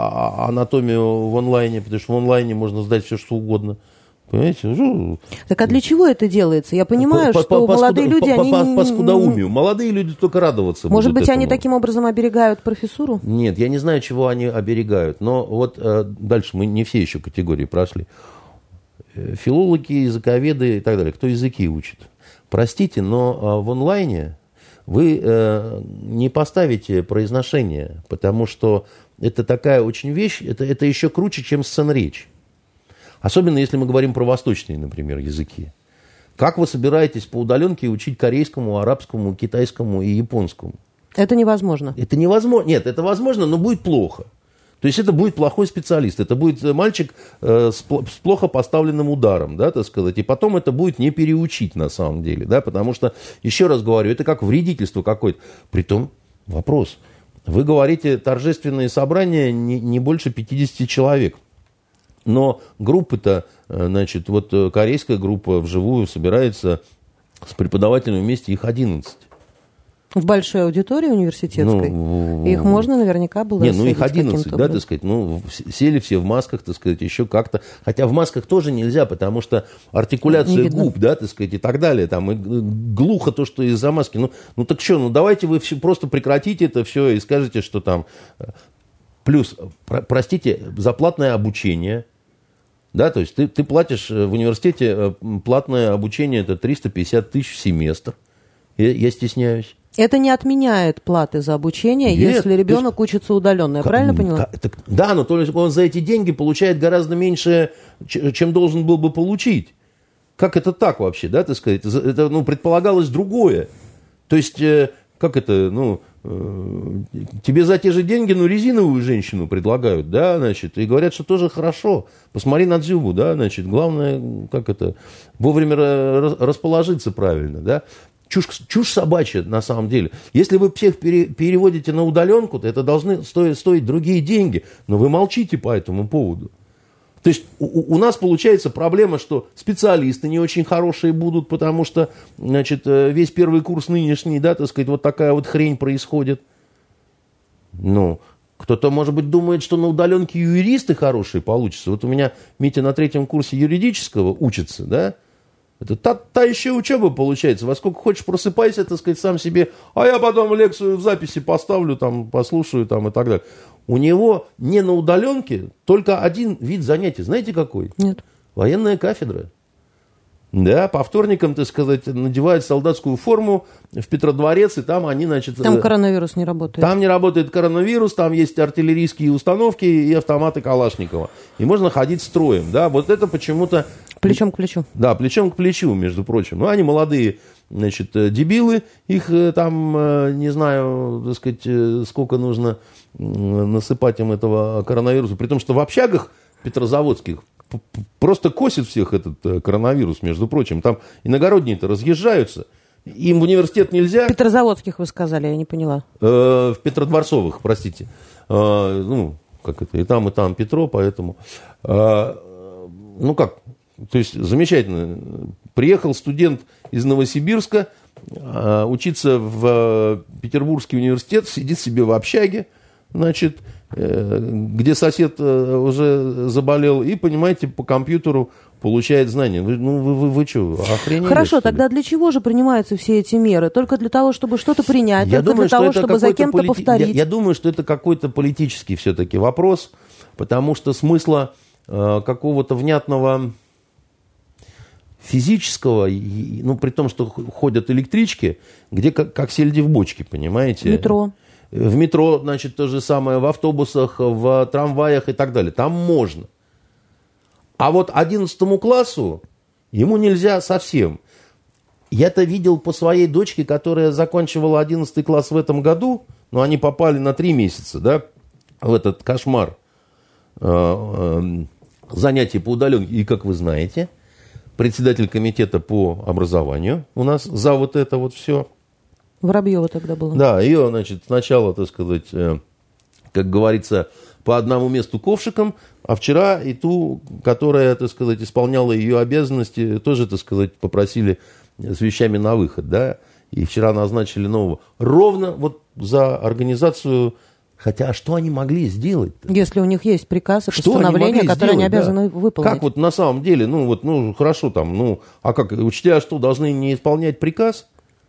анатомию в онлайне, потому что в онлайне можно сдать все, что угодно. Понимаете? Так а для чего это делается? Я понимаю, что молодые люди, они... По скудоумию. Молодые люди только радоваться будут. Может быть, этому. Они таким образом оберегают профессуру? Нет, я не знаю, чего они оберегают. Но вот дальше мы не все еще категории прошли. Филологи, языковеды и так далее. Кто языки учит? Простите, но в онлайне вы не поставите произношение, потому что это такая очень вещь, это еще круче, чем сцен-речь. Особенно, если мы говорим про восточные, например, языки. Как вы собираетесь по удаленке учить корейскому, арабскому, китайскому и японскому? Это невозможно. Это невозможно. Нет, это возможно, но будет плохо. То есть это будет плохой специалист. Это будет мальчик с плохо поставленным ударом, да, так сказать. И потом это будет не переучить на самом деле. Да, потому что, еще раз говорю, это как вредительство какое-то. Притом, вопрос. Вы говорите, торжественные собрания не больше 50 человек. Но группы-то, значит, вот корейская группа вживую собирается с преподавателями вместе, их 11. В большой аудитории университетской? Их можно наверняка было... Не, их 11, да, так сказать. Сели все в масках, так сказать, еще как-то. Хотя в масках тоже нельзя, потому что артикуляция губ, да, так сказать, и так далее. Там, и глухо то, что из-за маски. Ну так что, давайте вы все просто прекратите это все и скажете, что там... Плюс, простите, за платное обучение... Да, то есть ты платишь в университете платное обучение, это 350 тысяч в семестр. Я стесняюсь. Это не отменяет платы за обучение, если ребенок учится удаленно. Я правильно поняла? Да, но то есть он за эти деньги получает гораздо меньше, чем должен был бы получить. Как это так вообще, да, так сказать? Это, предполагалось другое. То есть, как это, тебе за те же деньги, резиновую женщину предлагают, да, значит, и говорят, что тоже хорошо. Посмотри на Дзюбу, да, значит, главное, вовремя расположиться правильно, да. Чушь собачья, на самом деле. Если вы всех переводите на удаленку, то это должны стоить другие деньги, но вы молчите по этому поводу. То есть у нас получается проблема, что специалисты не очень хорошие будут, потому что, значит, весь первый курс нынешний, да, так сказать, вот такая вот хрень происходит. Кто-то, может быть, думает, что на удаленке юристы хорошие получатся. Вот у меня Митя на 3-м курсе юридического учится, да. Это та еще учеба получается. Во сколько хочешь просыпайся, так сказать, сам себе. А я потом лекцию в записи поставлю, послушаю и так далее. У него не на удаленке только один вид занятий. Знаете какой? Нет. Военная кафедра. Да, по вторникам, так сказать, надевают солдатскую форму в Петродворец, и там они, значит... Там коронавирус не работает. Там не работает коронавирус, там есть артиллерийские установки и автоматы Калашникова. И можно ходить строем, да, вот это почему-то... Плечом к плечу. Да, плечом к плечу, между прочим. Ну, они молодые, значит, дебилы, их там, не знаю, так сказать, сколько нужно насыпать им этого коронавируса, при том, что в общагах петрозаводских просто косит всех этот коронавирус, между прочим. Там иногородние-то разъезжаются. Им в университет нельзя. Петрозаводских вы сказали, я не поняла. В Петродворцовых, простите. Ну, как это, и там Петро, поэтому... Ну, как, то есть замечательно. Приехал студент из Новосибирска учиться в Петербургский университет, сидит себе в общаге, значит, где сосед уже заболел, и, понимаете, по компьютеру получает знания. Вы что, охренели? Хорошо, тогда для чего же принимаются все эти меры? Только для того, чтобы что-то принять, я только думаю, для того, чтобы за кем-то повторить? Я думаю, что это какой-то политический все-таки вопрос, потому что смысла какого-то внятного физического, ну, при том, что ходят электрички, где как сельди в бочке, понимаете? Метро. В метро, значит, то же самое, в автобусах, в трамваях и так далее. Там можно. А вот 11 классу ему нельзя совсем. Я-то видел по своей дочке, которая закончила 11 класс в этом году, но они попали на 3 месяца, да, в этот кошмар занятий по удаленке. И, как вы знаете, председатель комитета по образованию у нас за вот это вот все. Воробьева тогда было. Да, ее, значит, сначала, так сказать, как говорится, по одному месту ковшиком, а вчера и ту, которая, так сказать, исполняла ее обязанности, тоже, так сказать, попросили с вещами на выход, да, и вчера назначили нового. Ровно вот за организацию, хотя, а что они могли сделать-то? Если у них есть приказ и постановление, которое они обязаны выполнить. Как вот на самом деле, ну, хорошо там, ну, а как, учителя что, должны не исполнять приказ?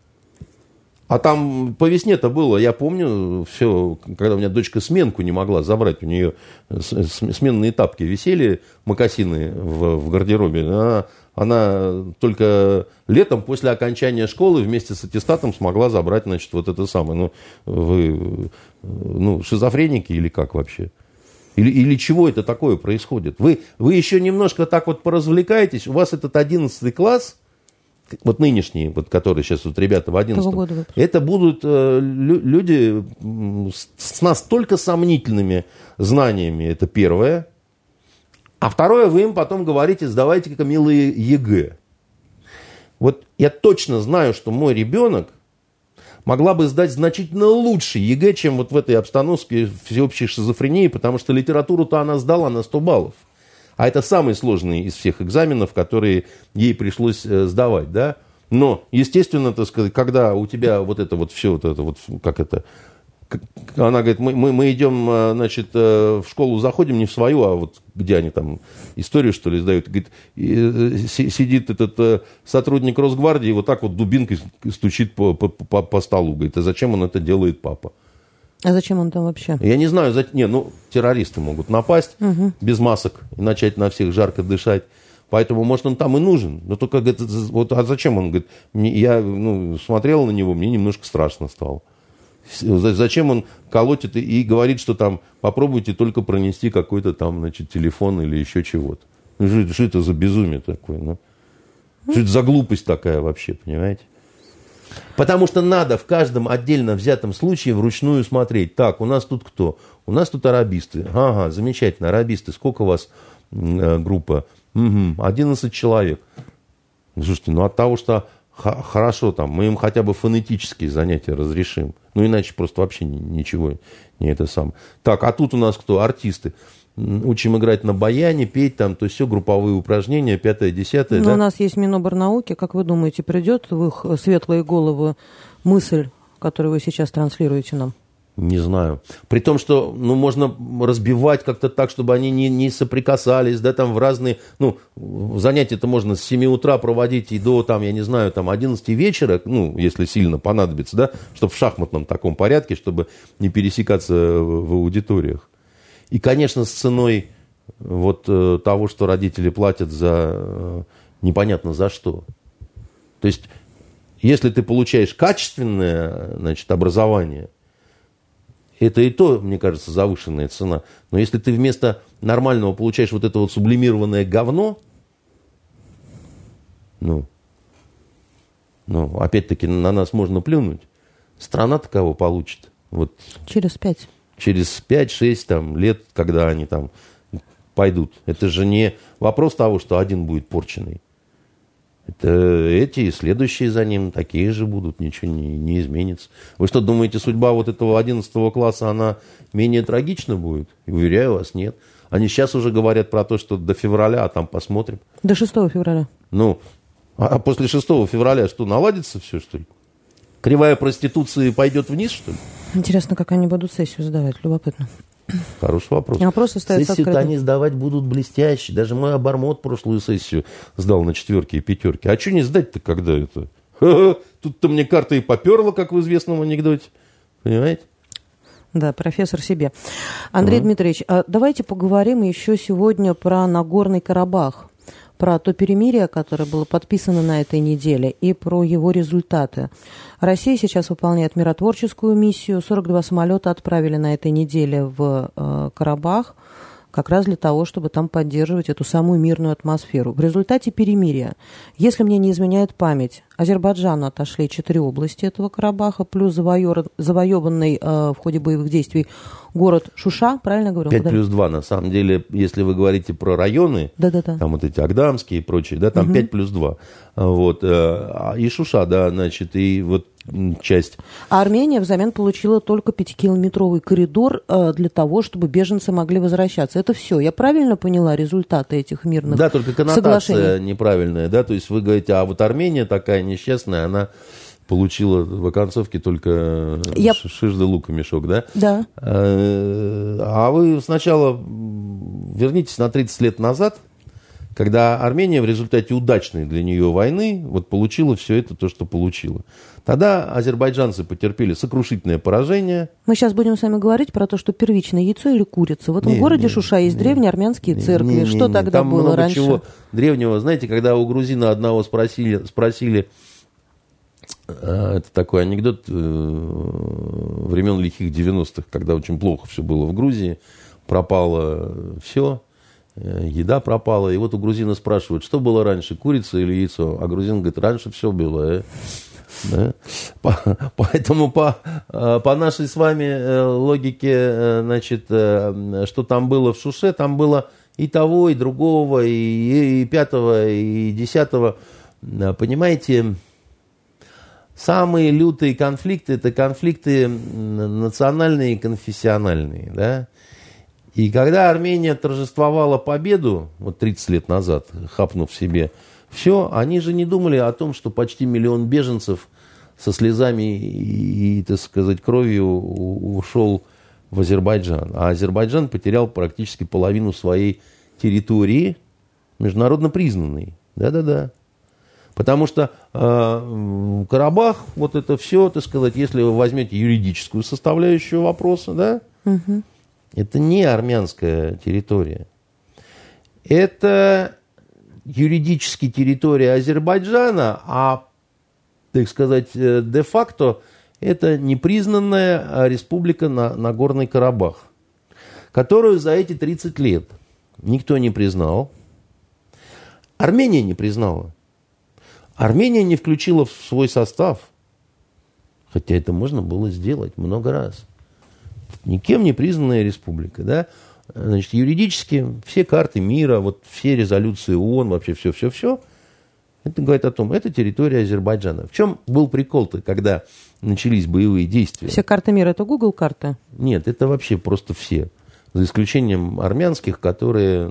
А там по весне-то было, я помню, все, когда у меня дочка сменку не могла забрать, у нее сменные тапки висели, мокасины в гардеробе, она только летом после окончания школы вместе с аттестатом смогла забрать, значит, вот это самое. Ну, вы, шизофреники или как вообще? Или чего это такое происходит? Вы еще немножко так вот поразвлекаетесь, у вас этот 11 класс... Вот нынешние, вот, которые сейчас вот ребята в 11-м, это будут люди с настолько сомнительными знаниями, это первое. А второе, вы им потом говорите, сдавайте-ка, милые, ЕГЭ. Вот я точно знаю, что мой ребенок могла бы сдать значительно лучше ЕГЭ, чем вот в этой обстановке всеобщей шизофрении, потому что литературу-то она сдала на 100 баллов. А это самый сложный из всех экзаменов, которые ей пришлось сдавать, да. Но, естественно, так сказать, когда у тебя вот это вот все, вот это вот, как это... Она говорит, мы идем, значит, в школу заходим, не в свою, а вот где они там историю, что ли, сдают. Говорит, сидит этот сотрудник Росгвардии, вот так вот дубинкой стучит по столу. Говорит, а зачем он это делает, папа? А зачем он там вообще? Я не знаю, террористы могут напасть без масок и начать на всех жарко дышать. Поэтому, может, он там и нужен. Но только, говорит, вот, а зачем он? Говорит, я смотрел на него, мне немножко страшно стало. Зачем он колотит и говорит, что там попробуйте только пронести какой-то там, значит, телефон или еще чего-то. Что это за безумие такое? Что это за глупость такая вообще, понимаете? Потому что надо в каждом отдельно взятом случае вручную смотреть. Так, у нас тут кто? У нас тут арабисты. Ага, замечательно, арабисты. Сколько у вас группа? 11 человек. Слушайте, от того, что хорошо там, мы им хотя бы фонетические занятия разрешим. Иначе просто вообще ничего не это самое. Так, а тут у нас кто? Артисты. Учим играть на баяне, петь там, то есть все, групповые упражнения, 5-10. Но у нас есть Миноборнауки. Как вы думаете, придет в их светлые головы мысль, которую вы сейчас транслируете нам? Не знаю. При том, что можно разбивать как-то так, чтобы они не соприкасались, да, там в разные... занятия-то можно с 7 утра проводить и до, там, я не знаю, там 11 вечера, если сильно понадобится, да, чтобы в шахматном таком порядке, чтобы не пересекаться в аудиториях. И, конечно, с ценой вот того, что родители платят за непонятно за что. То есть, если ты получаешь качественное, значит, образование, это и то, мне кажется, завышенная цена. Но если ты вместо нормального получаешь вот это вот сублимированное говно, опять-таки на нас можно плюнуть. Страна-то кого получит? Вот Через 5. Через 5-6 там, лет, когда они там пойдут. Это же не вопрос того, что один будет порченный. Это эти и следующие за ним такие же будут, ничего не изменится. Вы что, думаете, судьба вот этого 11 класса, она менее трагична будет? Уверяю вас, нет. Они сейчас уже говорят про то, что до февраля, а там посмотрим. До 6 февраля. А после 6 февраля что, наладится все, что ли? Кривая проституции пойдет вниз, что ли? Интересно, как они будут сессию сдавать, любопытно. Хороший вопрос. Вопрос остается Сессию-то открытым. они сдавать будут блестяще. Даже мой обормот прошлую сессию сдал на 4 и 5. А что не сдать-то, когда это? Тут-то мне карта и поперла, как в известном анекдоте. Понимаете? Да, профессор себе. Андрей Дмитриевич, давайте поговорим еще сегодня про Нагорный Карабах, про то перемирие, которое было подписано на этой неделе, и про его результаты. Россия сейчас выполняет миротворческую миссию. 42 самолета отправили на этой неделе в Карабах, как раз для того, чтобы там поддерживать эту самую мирную атмосферу. В результате перемирия, если мне не изменяет память, Азербайджану отошли 4 области этого Карабаха, плюс завоеванный в ходе боевых действий город Шуша, правильно говорю? 5+2, на самом деле, если вы говорите про районы, там вот эти Агдамские и прочие, да, там 5+2. Вот, и Шуша, да, значит, и вот часть. А Армения взамен получила только 5-километровый коридор для того, чтобы беженцы могли возвращаться. Это все. Я правильно поняла результаты этих мирных соглашений? Да, только коннотация неправильная, да, то есть вы говорите, а вот Армения такая несчастная, она получила в оконцовке только шиш да лук и мешок, да? Да. А вы сначала вернитесь на 30 лет назад, когда Армения в результате удачной для нее войны вот получила все это, то, что получила. Тогда азербайджанцы потерпели сокрушительное поражение. Мы сейчас будем с вами говорить про то, что первичное яйцо или курица. В этом городе Шуша есть древние армянские церкви. Что тогда там было много раньше? Чего древнего. Знаете, когда у грузина одного спросили, это такой анекдот времен лихих 90-х, когда очень плохо все было в Грузии, пропало все, еда пропала. И вот у грузина спрашивают, что было раньше, курица или яйцо? А грузин говорит, раньше все было. Да? Поэтому по нашей с вами логике, значит, что там было в Шуше, там было и того, и другого, и 5-го, и 10-го. Понимаете, самые лютые конфликты – это конфликты национальные и конфессиональные. Да? И когда Армения торжествовала победу, вот 30 лет назад, хапнув себе все, они же не думали о том, что почти 1 миллион беженцев со слезами и, так сказать, кровью ушел в Азербайджан. А Азербайджан потерял практически половину своей территории, международно признанной. Да-да-да. Потому что Карабах, вот это все, так сказать, если вы возьмете юридическую составляющую вопроса, да, это не армянская территория. Это юридически территория Азербайджана, а, так сказать, де-факто это непризнанная республика Нагорный Карабах, которую за эти 30 лет никто не признал. Армения не признала. Армения не включила в свой состав, хотя это можно было сделать много раз. Никем не признанная республика, да? Значит, юридически все карты мира, вот все резолюции ООН, вообще все, это говорит о том, это территория Азербайджана. В чем был прикол-то, когда начались боевые действия? Все карты мира – это Google карты? Нет, это вообще просто все. За исключением армянских, которые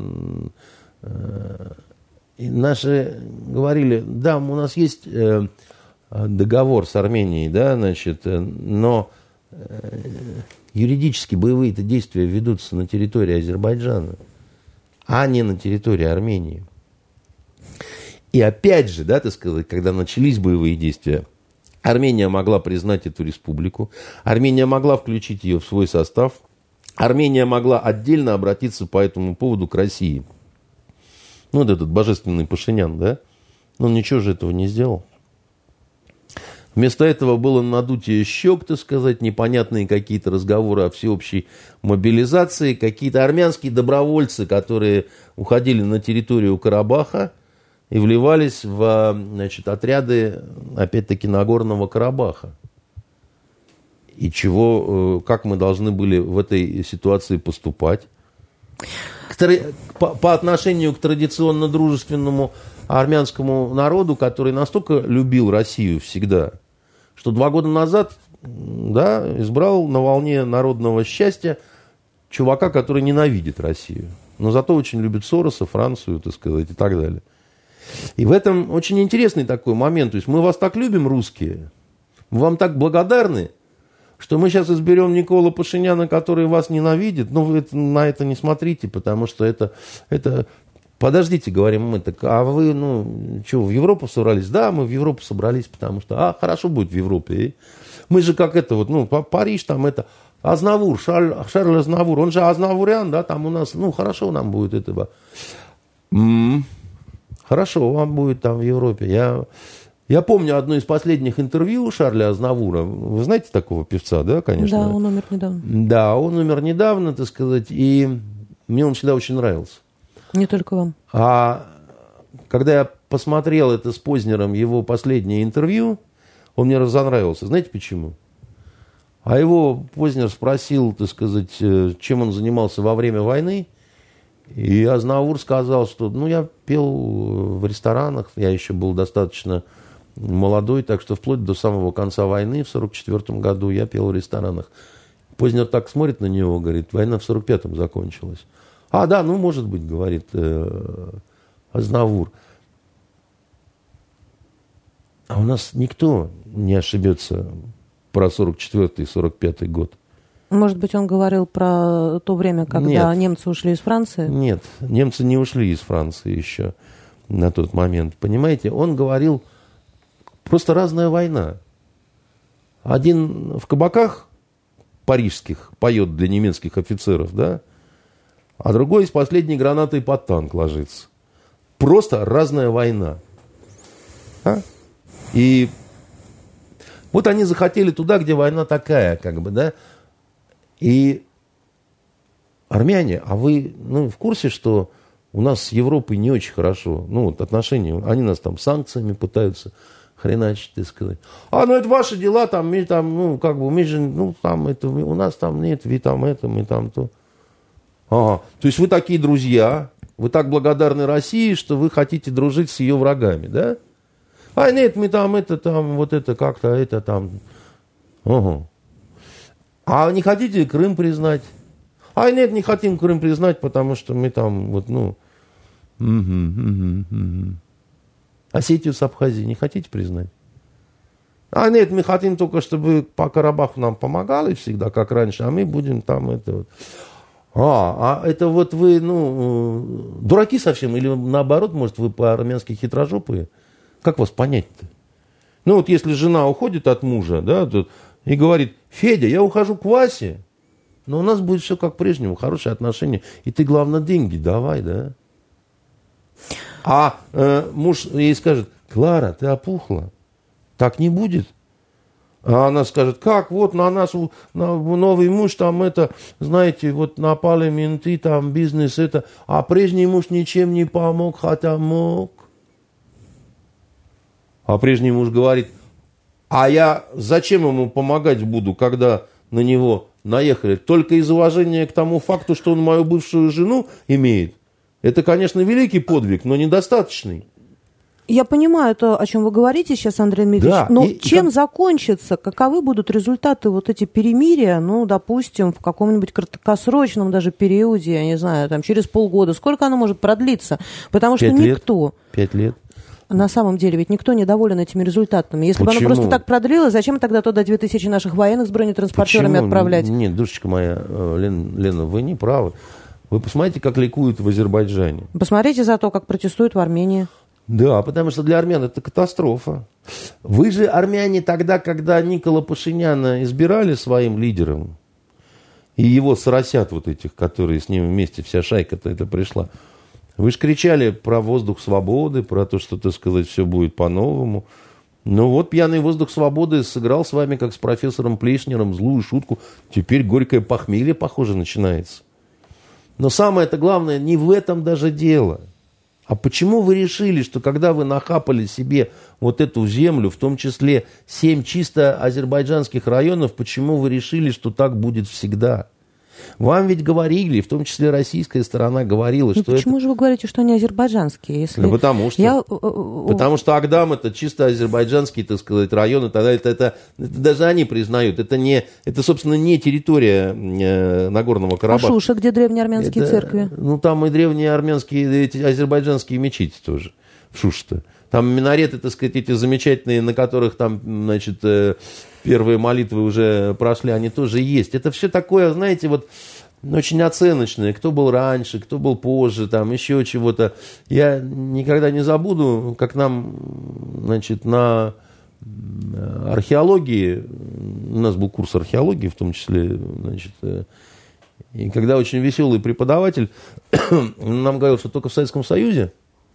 наши говорили, да, у нас есть договор с Арменией, да, значит, но юридически боевые-то действия ведутся на территории Азербайджана, а не на территории Армении. И опять же, да, так сказать, когда начались боевые действия, Армения могла признать эту республику, Армения могла включить ее в свой состав, Армения могла отдельно обратиться по этому поводу к России. Ну, вот этот божественный Пашинян, да? Но он ничего же этого не сделал. Вместо этого было надутие щек, так сказать, непонятные какие-то разговоры о всеобщей мобилизации, какие-то армянские добровольцы, которые уходили на территорию Карабаха и вливались в, значит, отряды, опять-таки, Нагорного Карабаха. И как мы должны были в этой ситуации поступать? По отношению к традиционно дружественному армянскому народу, который настолько любил Россию всегда, что 2 года назад, да, избрал на волне народного счастья чувака, который ненавидит Россию, но зато очень любит Сороса, Францию, так сказать, и так далее. И в этом очень интересный такой момент. То есть мы вас так любим, русские, мы вам так благодарны, что мы сейчас изберем Николу Пашиняна, который вас ненавидит. Ну, вы на это не смотрите, потому что это... Подождите, говорим мы, так, а вы, что, в Европу собрались? Да, мы в Европу собрались, потому что, хорошо будет в Европе. Мы же как это вот, Париж, там это, Азнавур, Шарль Азнавур, он же Азнавурян, да, там у нас, хорошо нам будет этого. Хорошо вам будет там в Европе. Я помню одно из последних интервью Шарля Азнавура. Вы знаете такого певца, да, конечно? Да, он умер недавно. Да, он умер недавно, так сказать, и мне он всегда очень нравился. Не только вам. А когда я посмотрел это с Познером, его последнее интервью, он мне разонравился. Знаете почему? А его Познер спросил, так сказать, чем он занимался во время войны. И Азнавур сказал, что я пел в ресторанах, я еще был достаточно молодой, так что вплоть до самого конца войны, в 1944 году, я пел в ресторанах. Познер так смотрит на него, говорит, война в 1945-м закончилась. Да, может быть, говорит Азнавур. А у нас никто не ошибется про 44-й, 45-й год. Может быть, он говорил про то время, когда немцы ушли из Франции? Нет, немцы не ушли из Франции еще на тот момент. Понимаете, он говорил, просто разная война. Один в кабаках парижских поет для немецких офицеров, да, а другой из последней гранатой под танк ложится. Просто разная война. И вот они захотели туда, где война такая, да. И армяне, а вы в курсе, что у нас с Европой не очень хорошо? Отношения, они нас там санкциями пытаются хреначить, так сказать. Это ваши дела, мы же, у нас там нет, вы там это, мы там то. То есть вы такие друзья, вы так благодарны России, что вы хотите дружить с ее врагами, да? Нет, мы там это, там, вот это, как-то, это, там. А не хотите Крым признать? Нет, не хотим Крым признать, потому что мы там, Осетию с Абхазией не хотите признать? Нет, мы хотим только, чтобы по Карабаху нам помогали всегда, как раньше, а мы будем там это вот. Это вот вы, дураки совсем, или наоборот, может, вы по-армянски хитрожопые? Как вас понять-то? Если жена уходит от мужа, да, и говорит, Федя, я ухожу к Васе, но у нас будет все как прежнему, хорошие отношения, и ты, главное, деньги давай, да? Муж ей скажет, Клара, ты опухла, так не будет. А она скажет, как, вот на нас новый муж, там это, знаете, вот напали менты, там бизнес это, а прежний муж ничем не помог, хотя мог. А прежний муж говорит, я зачем ему помогать буду, когда на него наехали? Только из уважения к тому факту, что он мою бывшую жену имеет. Это, конечно, великий подвиг, но недостаточный. Я понимаю то, о чем вы говорите сейчас, Андрей Дмитриевич, да, но чем закончится, каковы будут результаты вот эти перемирия, допустим, в каком-нибудь краткосрочном даже периоде, я не знаю, там через полгода, сколько оно может продлиться? Потому что 5 лет. На самом деле, ведь никто не доволен этими результатами. Если бы оно просто так продлилось, зачем тогда туда 2000 наших военных с бронетранспортерами отправлять? Нет, душечка моя, Лена, вы не правы. Вы посмотрите, как ликуют в Азербайджане. Посмотрите за то, как протестуют в Армении. Да, потому что для армян это катастрофа. Вы же, армяне, тогда, когда Никола Пашиняна избирали своим лидером, и его соросят вот этих, которые с ним вместе, вся шайка-то это пришла, Вы же кричали про воздух свободы, про то, что, так сказать, все будет по-новому. Ну вот «Пьяный воздух свободы» сыграл с вами, как с профессором Плешнером, злую шутку. Теперь горькое похмелье, похоже, начинается. Но самое-то главное, не в этом даже дело. А почему вы решили, что когда вы нахапали себе вот эту землю, в том числе 7 чисто азербайджанских районов, почему вы решили, что так будет всегда? Вам ведь говорили, в том числе российская сторона говорила, что почему же вы говорите, что они азербайджанские? Если... Ну, потому что Агдам это чисто азербайджанский, так сказать, район, и тогда это даже они признают. Это, собственно, не территория Нагорного Карабаха. А Шуша, где древние армянские церкви? Ну, там и древние армянские, эти азербайджанские мечети тоже, в Шуше-то. Там минареты, так сказать, эти замечательные, на которых там, значит, первые молитвы уже прошли, они тоже есть. Это все такое, знаете, вот очень оценочное. Кто был раньше, кто был позже, там еще чего-то. Я никогда не забуду, как нам, значит, на археологии, у нас был курс археологии в том числе, значит, и когда очень веселый преподаватель нам говорил, что только в Советском Союзе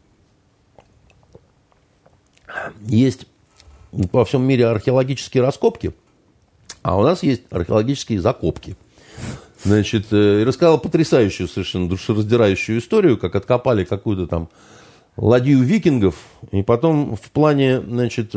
есть по всем мире археологические раскопки, а у нас есть археологические закопки. Значит, и рассказал потрясающую, совершенно душераздирающую историю, как откопали какую-то там ладью викингов, и потом в плане, значит,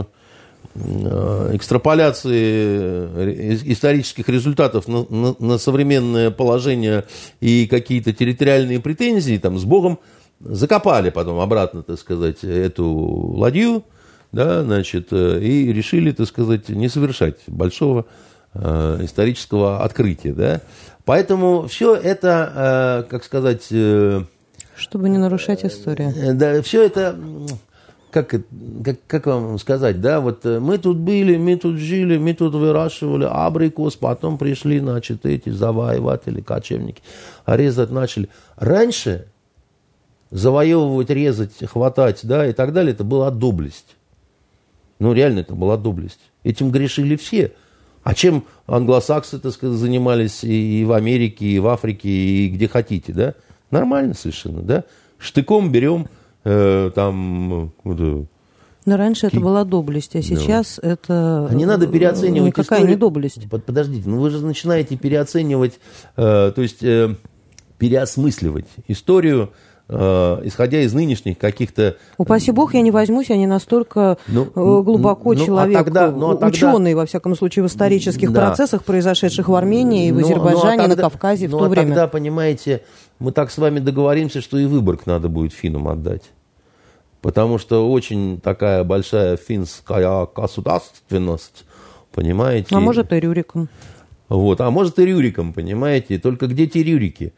экстраполяции исторических результатов на современное положение и какие-то территориальные претензии там с Богом закопали потом обратно, так сказать, эту ладью, да, значит, и решили, так сказать, не совершать большого исторического открытия, да. Поэтому все это, как сказать... Чтобы не нарушать историю. Да, все это, как вам сказать, да, вот мы тут были, мы тут жили, мы тут выращивали абрикос, потом пришли, значит, эти завоеватели, кочевники, резать начали. Раньше завоевывать, резать, хватать, да, и так далее, это была доблесть. Ну, реально, это была доблесть. Этим грешили все. А чем англосаксы, так сказать, занимались и в Америке, и в Африке, и где хотите, да? Нормально совершенно, да? Штыком берем там... Но раньше это была доблесть, а сейчас это... Не надо переоценивать никакая историю. Не доблесть. Подождите, ну вы же начинаете переоценивать, то есть переосмысливать историю, исходя из нынешних каких-то... Упаси бог, я не возьмусь, я не настолько глубоко человек, ученый, во всяком случае, в исторических процессах, произошедших в Армении, и в Азербайджане, и на Кавказе в то время. Тогда, понимаете, мы так с вами договоримся, что и Выборг надо будет финнам отдать. Потому что очень такая большая финская государственность, понимаете. А может и Рюриком. Вот, а может и Рюриком, понимаете. Только где те Рюрики?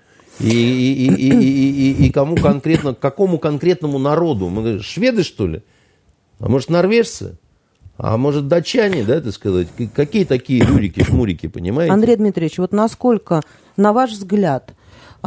И кому конкретно, к какому конкретному народу? Мы говорим, шведы, что ли? А может, норвежцы? А может, датчане, да, так сказать? Какие такие Рюрики, шмурики, понимаете? Андрей Дмитриевич, вот насколько, на ваш взгляд,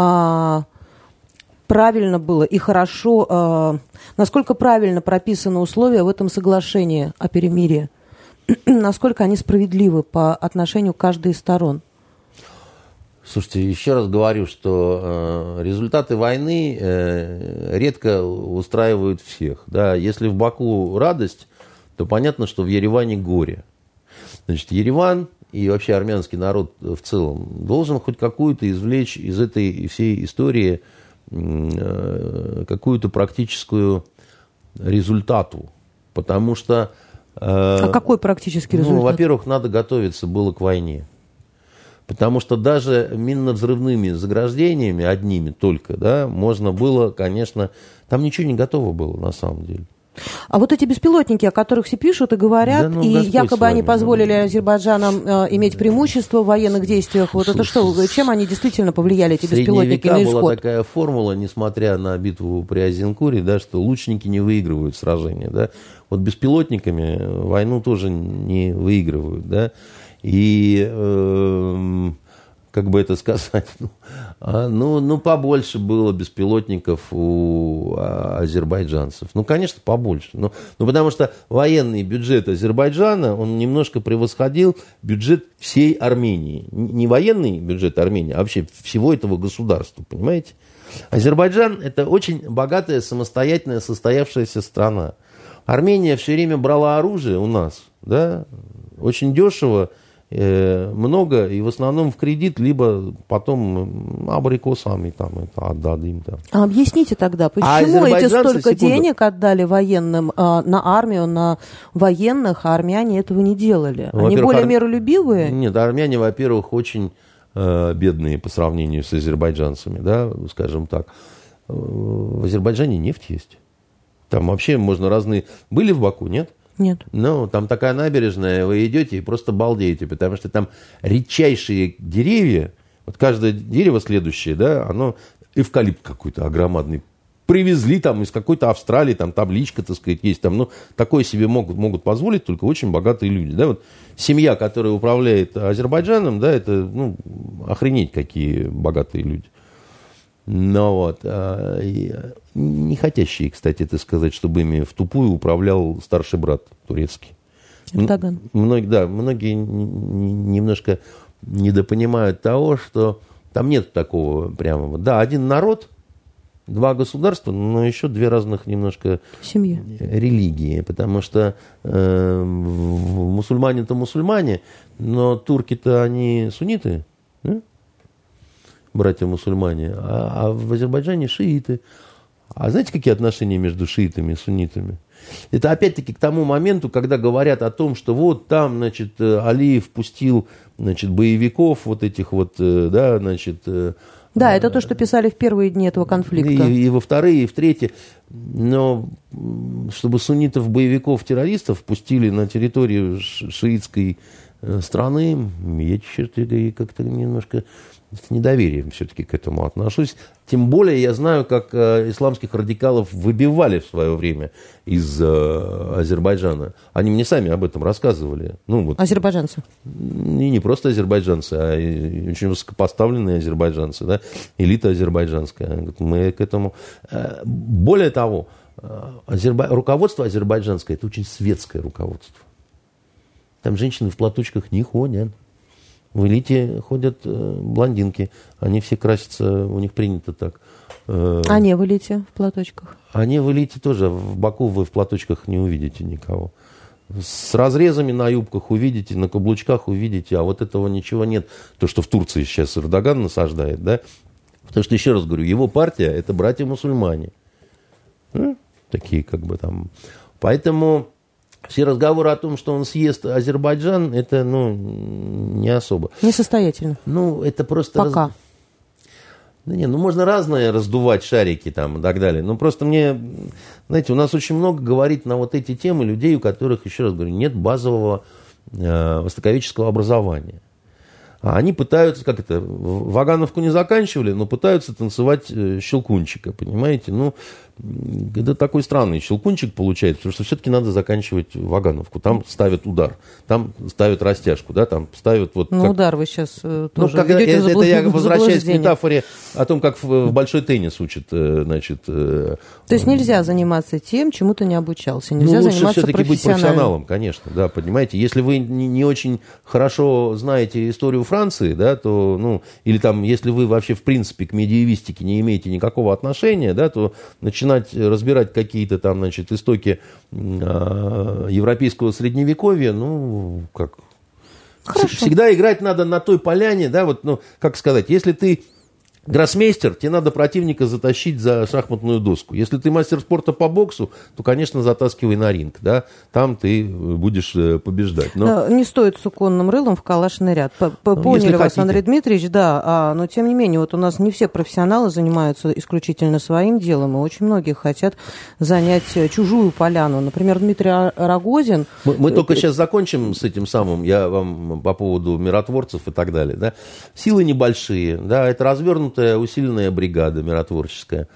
правильно было и хорошо, насколько правильно прописаны условия в этом соглашении о перемирии? Насколько они справедливы по отношению к каждой из сторон? Слушайте, еще раз говорю, что результаты войны редко устраивают всех. Да? Если в Баку радость, то понятно, что в Ереване горе. Значит, Ереван и вообще армянский народ в целом должен хоть какую-то извлечь из этой всей истории какую-то практическую результату. Потому что... А какой практический результат? Ну, во-первых, надо готовиться было к войне. Потому что даже минно-взрывными заграждениями, одними только, да, можно было, конечно... Там ничего не готово было, на самом деле. А вот эти беспилотники, о которых все пишут и говорят, да, и якобы они позволили Азербайджанам иметь преимущество в военных действиях, вот это что, чем они действительно повлияли, эти беспилотники, на исход? Была такая формула, несмотря на битву при Азенкуре, да, что лучники не выигрывают сражения, да. Вот беспилотниками войну тоже не выигрывают, да. И как бы это сказать, побольше было беспилотников у азербайджанцев. Ну, конечно, побольше. Ну, потому что военный бюджет Азербайджана, он немножко превосходил бюджет всей Армении. Не военный бюджет Армении, а вообще всего этого государства, понимаете? Азербайджан – это очень богатая, самостоятельная, состоявшаяся страна. Армения все время брала оружие у нас, да, очень дешево, много, и в основном в кредит, либо потом абрикосами там это отдадим. Там. А объясните тогда, почему эти столько денег отдали военным на армию, на военных, а армяне этого не делали? Они более миролюбивые? Нет, армяне, во-первых, очень бедные по сравнению с азербайджанцами, да, скажем так. В Азербайджане нефть есть. Там вообще можно разные... Были в Баку, нет? Нет. Ну, там такая набережная, вы идете и просто балдеете, потому что там редчайшие деревья, вот каждое дерево следующее, да, оно эвкалипт какой-то огромадный. Привезли там из какой-то Австралии, там табличка, так сказать, есть там, ну, такое себе могут позволить только очень богатые люди, да, вот семья, которая управляет Азербайджаном, да, это, ну, охренеть какие богатые люди. Но вот, не хотящие, кстати, это сказать, чтобы ими втупую управлял старший брат турецкий. Эрдоган. Многие немножко недопонимают того, что там нет такого прямо. Да, один народ, два государства, но еще две разных немножко семьи, религии. Потому что мусульмане-то мусульмане, но турки-то они сунниты, да? Братья-мусульмане, а в Азербайджане шииты. А знаете, какие отношения между шиитами и суннитами? Это опять-таки к тому моменту, когда говорят о том, что вот там, значит, Алиев пустил, значит, боевиков вот этих вот, да, значит... Да, это то, что писали в первые дни этого конфликта. И во вторые, и в третьи. Но чтобы суннитов-боевиков-террористов пустили на территорию шиитской страны, я чертовски как-то немножко... с недоверием все-таки к этому отношусь. Тем более я знаю, как исламских радикалов выбивали в свое время из Азербайджана. Они мне сами об этом рассказывали. Ну, вот. Азербайджанцы? И не просто азербайджанцы, а и очень высокопоставленные азербайджанцы. Да? Элита азербайджанская. Мы к этому... Более того, руководство азербайджанское – это очень светское руководство. Там женщины в платочках не ходят. В элите ходят блондинки. Они все красятся, у них принято так. А не в элите в платочках? Они в элите тоже. В Баку вы в платочках не увидите никого. С разрезами на юбках увидите, на каблучках увидите, а вот этого ничего нет. То, что в Турции сейчас Эрдоган насаждает, да? Потому что, еще раз говорю, его партия – это братья-мусульмане. Такие как бы там. Поэтому... Все разговоры о том, что он съест Азербайджан, это, ну, не особо. Несостоятельно. Ну, это просто... Пока. Да не, ну, можно разное раздувать шарики там и так далее. Но просто мне, знаете, у нас очень много говорит на вот эти темы людей, у которых, еще раз говорю, нет базового востоковедческого образования. А они пытаются, как это, Вагановку не заканчивали, но пытаются танцевать щелкунчика, понимаете? Ну, это такой странный щелкунчик получается, потому что все-таки надо заканчивать Вагановку. Там ставят удар, там ставят растяжку, да, там ставят вот... Ну, как... удар вы сейчас тоже когда, ведете это я возвращаюсь к метафоре о том, как в большой теннис учат, значит... То есть нельзя заниматься тем, чему ты не обучался, нельзя лучше заниматься все-таки быть профессионалом, конечно, да, понимаете. Если вы не очень хорошо знаете историю Франции, да, то, ну, или там, если вы вообще, в принципе, к медиевистике не имеете никакого отношения, да, то начинать разбирать какие-то там, значит, истоки европейского средневековья, ну, как... Хорошо. Всегда играть надо на той поляне, да, вот, ну, как сказать, если ты гроссмейстер, тебе надо противника затащить за шахматную доску. Если ты мастер спорта по боксу, то, конечно, затаскивай на ринг, да, там ты будешь побеждать. Но... Не стоит суконным рылом в калашный ряд. Поняли вас, Андрей Дмитриевич, да, но тем не менее, вот у нас не все профессионалы занимаются исключительно своим делом, и очень многие хотят занять чужую поляну. Например, Дмитрий Рогозин... Мы только сейчас закончим с этим самым, я вам по поводу миротворцев и так далее, да. Силы небольшие, да, это развернутая усиленная бригада миротворческая.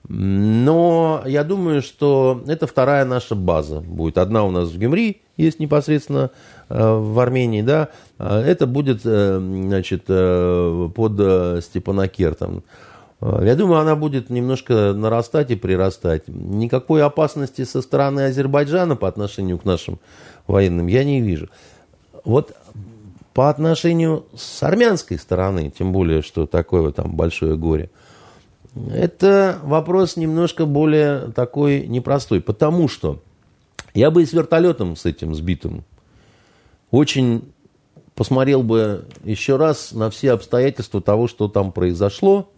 Но я думаю, что это вторая наша база будет. Одна у нас в Гюмри, есть непосредственно в Армении, да. Это будет, значит, под Степанакертом. Я думаю, она будет немножко нарастать и прирастать. Никакой опасности со стороны Азербайджана по отношению к нашим военным я не вижу. Вот по отношению с армянской стороны, тем более, что такое там большое горе, это вопрос немножко более такой непростой. Потому что я бы и с вертолетом с этим сбитым очень посмотрел бы еще раз на все обстоятельства того, что там произошло.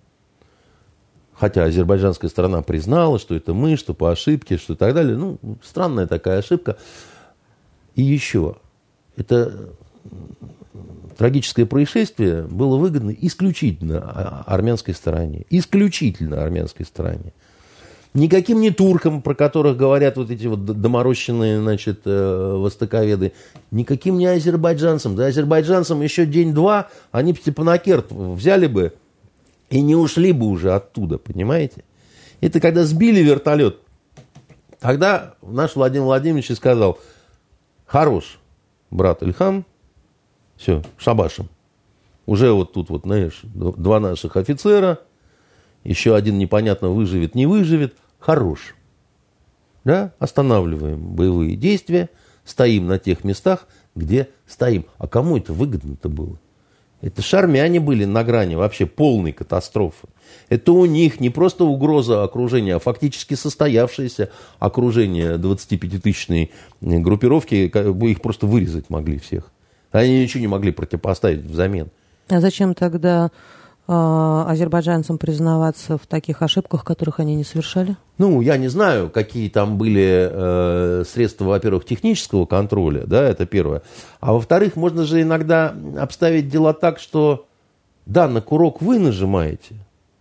Хотя азербайджанская сторона признала, что это мы, что по ошибке, что и так далее. Ну, странная такая ошибка. И еще, это трагическое происшествие было выгодно исключительно армянской стороне. Исключительно армянской стороне. Никаким не туркам, про которых говорят вот эти вот доморощенные, значит, востоковеды, никаким не азербайджанцам. Да азербайджанцам еще день-два они бы Степанакерт взяли бы и не ушли бы уже оттуда, понимаете? Это когда сбили вертолет, тогда наш Владимир Владимирович и сказал: хорош, брат Ильхам, все, шабашем. Уже вот тут вот, знаешь, два наших офицера, еще один непонятно выживет, не выживет, хорош. Да? Останавливаем боевые действия, стоим на тех местах, где стоим. А кому это выгодно-то было? Это ж армяне были на грани вообще полной катастрофы. Это у них не просто угроза окружения, а фактически состоявшееся окружение 25-тысячной группировки, их просто вырезать могли всех. Они ничего не могли противопоставить взамен. А зачем тогда азербайджанцам признаваться в таких ошибках, которых они не совершали? Ну, я не знаю, какие там были средства, во-первых, технического контроля, да, это первое. А во-вторых, можно же иногда обставить дела так, что, да, на курок вы нажимаете,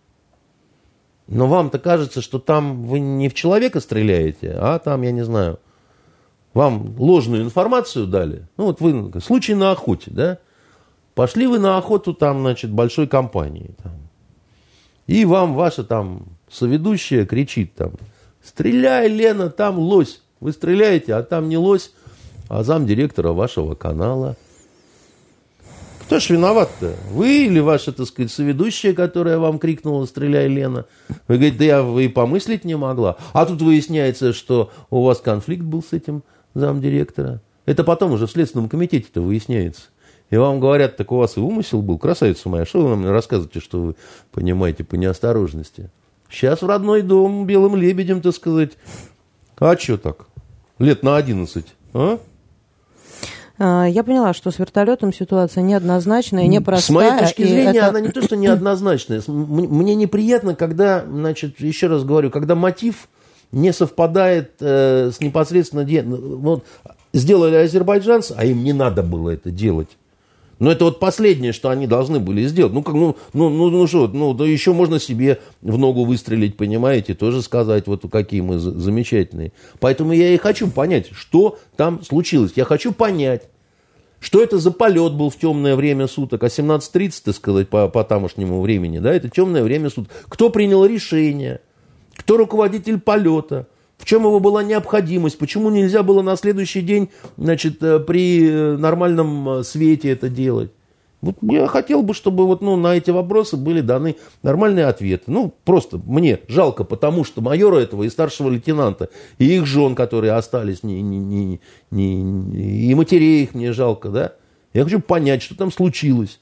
но вам-то кажется, что там вы не в человека стреляете, а там, я не знаю, вам ложную информацию дали. Ну, вот вы, случай на охоте, да, пошли вы на охоту там, значит, большой компании. Там. И вам ваша там соведущая кричит там: стреляй, Лена, там лось. Вы стреляете, а там не лось, а замдиректора вашего канала. Кто ж виноват-то? Вы или ваша, так сказать, соведущая, которая вам крикнула: стреляй, Лена? Вы говорите: да я и помыслить не могла. А тут выясняется, что у вас конфликт был с этим замдиректора. Это потом уже в Следственном комитете-то выясняется. И вам говорят: так у вас и умысел был, красавица моя, что вы нам рассказываете, что вы понимаете по неосторожности? Сейчас в родной дом белым лебедем, так сказать. А что так? Лет на 11, а? Я поняла, что с вертолетом ситуация неоднозначная, непростая. С моей точки зрения, она не то, что неоднозначная. Мне неприятно, когда, значит, еще раз говорю, когда мотив не совпадает с непосредственно... Вот, сделали азербайджанцы, а им не надо было это делать. Но это вот последнее, что они должны были сделать. Ну, как, да еще можно себе в ногу выстрелить, понимаете, тоже сказать, вот какие мы замечательные. Поэтому я и хочу понять, что там случилось. Я хочу понять, что это за полет был в темное время суток, а 17:30, так сказать, по тамошнему времени, да, это темное время суток. Кто принял решение, кто руководитель полета, в чем его была необходимость, почему нельзя было на следующий день, значит, при нормальном свете это делать. Вот я хотел бы, чтобы вот, на эти вопросы были даны нормальные ответы. Ну, просто мне жалко, потому что майора этого и старшего лейтенанта, и их жен, которые остались, и матерей их мне жалко, да. Я хочу понять, что там случилось.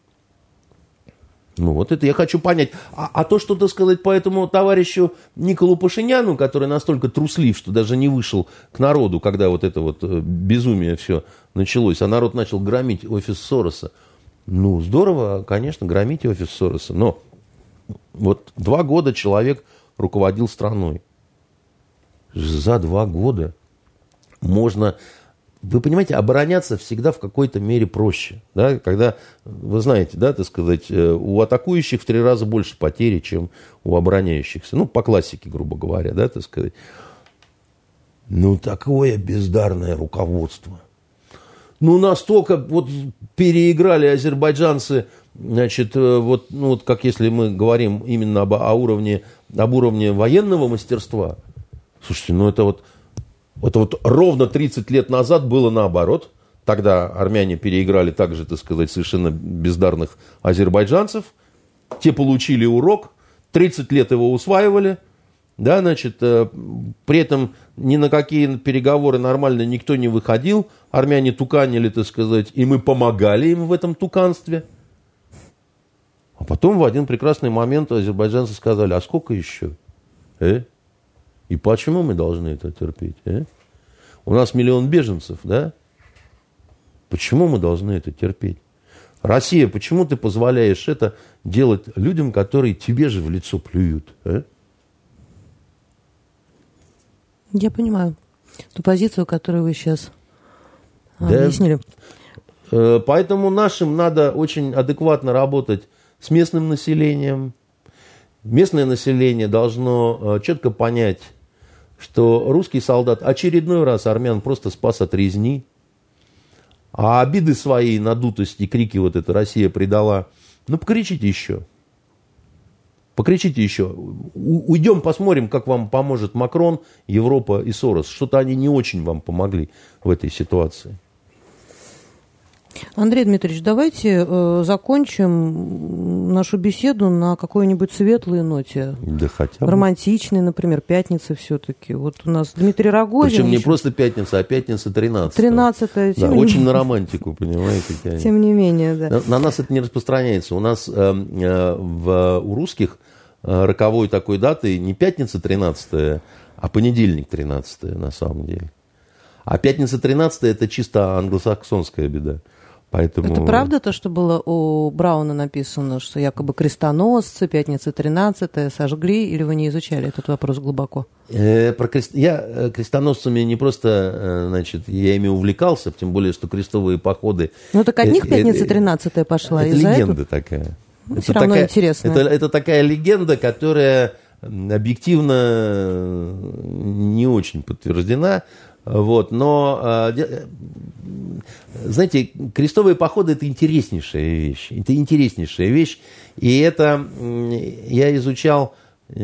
Ну, вот это я хочу понять. А то, что, так сказать, по этому товарищу Николу Пашиняну, который настолько труслив, что даже не вышел к народу, когда вот это вот безумие все началось, а народ начал громить офис Сороса. Ну, здорово, конечно, громить офис Сороса. Но вот 2 года человек руководил страной. За 2 года можно... Вы понимаете, обороняться всегда в какой-то мере проще. Да? Когда, вы знаете, да, так сказать, у атакующих в 3 раза больше потери, чем у обороняющихся. Ну, по классике, грубо говоря, да, так сказать. Ну, такое бездарное руководство. Ну, настолько вот переиграли азербайджанцы значит, вот, ну, вот как если мы говорим именно об уровне военного мастерства, слушайте, ну это вот ровно 30 лет назад было наоборот. Тогда армяне переиграли также, так сказать, совершенно бездарных азербайджанцев. Те получили урок, 30 лет его усваивали. Да, значит, при этом ни на какие переговоры нормально никто не выходил. Армяне туканили, так сказать, и мы помогали им в этом туканстве. А потом в один прекрасный момент азербайджанцы сказали, а сколько еще? И почему мы должны это терпеть? У нас 1 миллион беженцев, да? Почему мы должны это терпеть? Россия, почему ты позволяешь это делать людям, которые тебе же в лицо плюют? Я понимаю ту позицию, которую вы сейчас объяснили. Поэтому нашим надо очень адекватно работать с местным населением. Местное население должно четко понять, что русский солдат очередной раз армян просто спас от резни. А обиды свои, надутости, крики вот это «Россия предала». Ну, покричите еще. Покричите еще. Уйдем, посмотрим, как вам поможет Макрон, Европа и Сорос. Что-то они не очень вам помогли в этой ситуации. Андрей Дмитриевич, давайте закончим нашу беседу на какой-нибудь светлой ноте. Да хотя бы. Романтичной, например, пятница все-таки. Вот у нас Дмитрий Рогозин. Причем не просто пятница, а пятница 13. 13-е. Да, очень на романтику, понимаете. Тем не менее, да. На нас это не распространяется. У нас у русских роковой такой даты не пятница 13, а понедельник 13 на самом деле. А пятница 13 это чисто англосаксонская беда. Поэтому... Это правда то, что было у Брауна написано, что якобы крестоносцы, пятница 13 сожгли, или вы не изучали этот вопрос глубоко? Я крестоносцами не просто, значит, я ими увлекался, тем более, что крестовые походы... Ну так от них пятница 13 пошла. Это легенда такая. Ну, все равно интересно. Это такая легенда, которая объективно не очень подтверждена. Вот, но, знаете, крестовые походы – это интереснейшая вещь. Это интереснейшая вещь. И это я изучал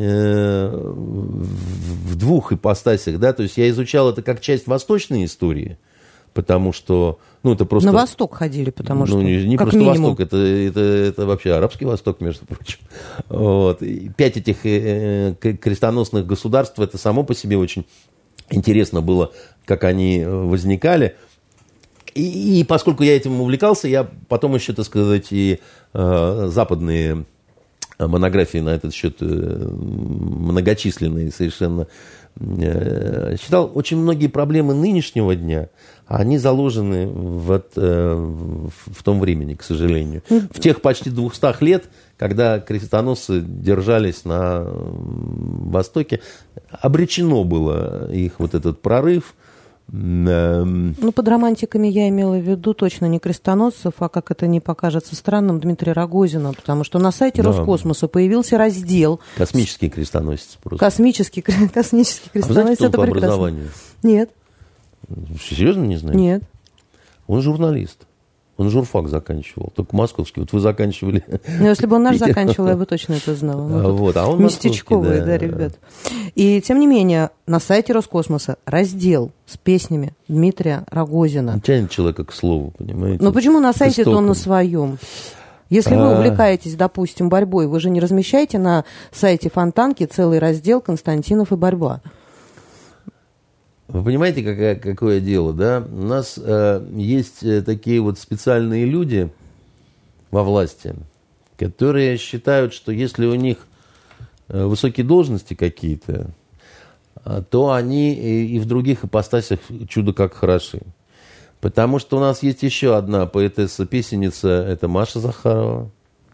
в двух ипостасях. Да? То есть я изучал это как часть восточной истории, потому что... Ну, это просто... На восток ходили, потому что... Ну, не как просто минимум. Восток, это вообще арабский Восток, между прочим. Вот. И 5 этих крестоносных государств, это само по себе очень интересно было, как они возникали. И поскольку я этим увлекался, я потом еще, так сказать, и западные монографии на этот счет, многочисленные совершенно, считал, очень многие проблемы нынешнего дня, они заложены в том времени, к сожалению. В тех почти 200 лет, когда крестоносцы держались на Востоке, обречено было их вот этот прорыв. Ну, под романтиками я имела в виду точно не крестоносцев, а, как это не покажется странным, Дмитрия Рогозина, потому что на сайте Роскосмоса появился раздел... Космический крестоносец просто. Космический крестоносец, а знаете, это по прекрасно. Образованию? Нет. Серьезно не знаете? Нет. Он журналист. Он журфак заканчивал, только московский. Вот вы заканчивали... Ну, если бы он наш заканчивал, я бы точно это знала. Вот, а он местечковый, да, ребят. И, тем не менее, на сайте Роскосмоса раздел с песнями Дмитрия Рогозина. Тянет человека к слову, понимаете? Но почему на сайте-то он на своем? Если вы увлекаетесь, допустим, борьбой, вы же не размещаете на сайте Фонтанки целый раздел «Константинов и борьба». Вы понимаете, какое дело, да? У нас есть такие вот специальные люди во власти, которые считают, что если у них высокие должности какие-то, то они и в других ипостасях чудо как хороши. Потому что у нас есть еще одна поэтесса-песенница, это Маша Захарова.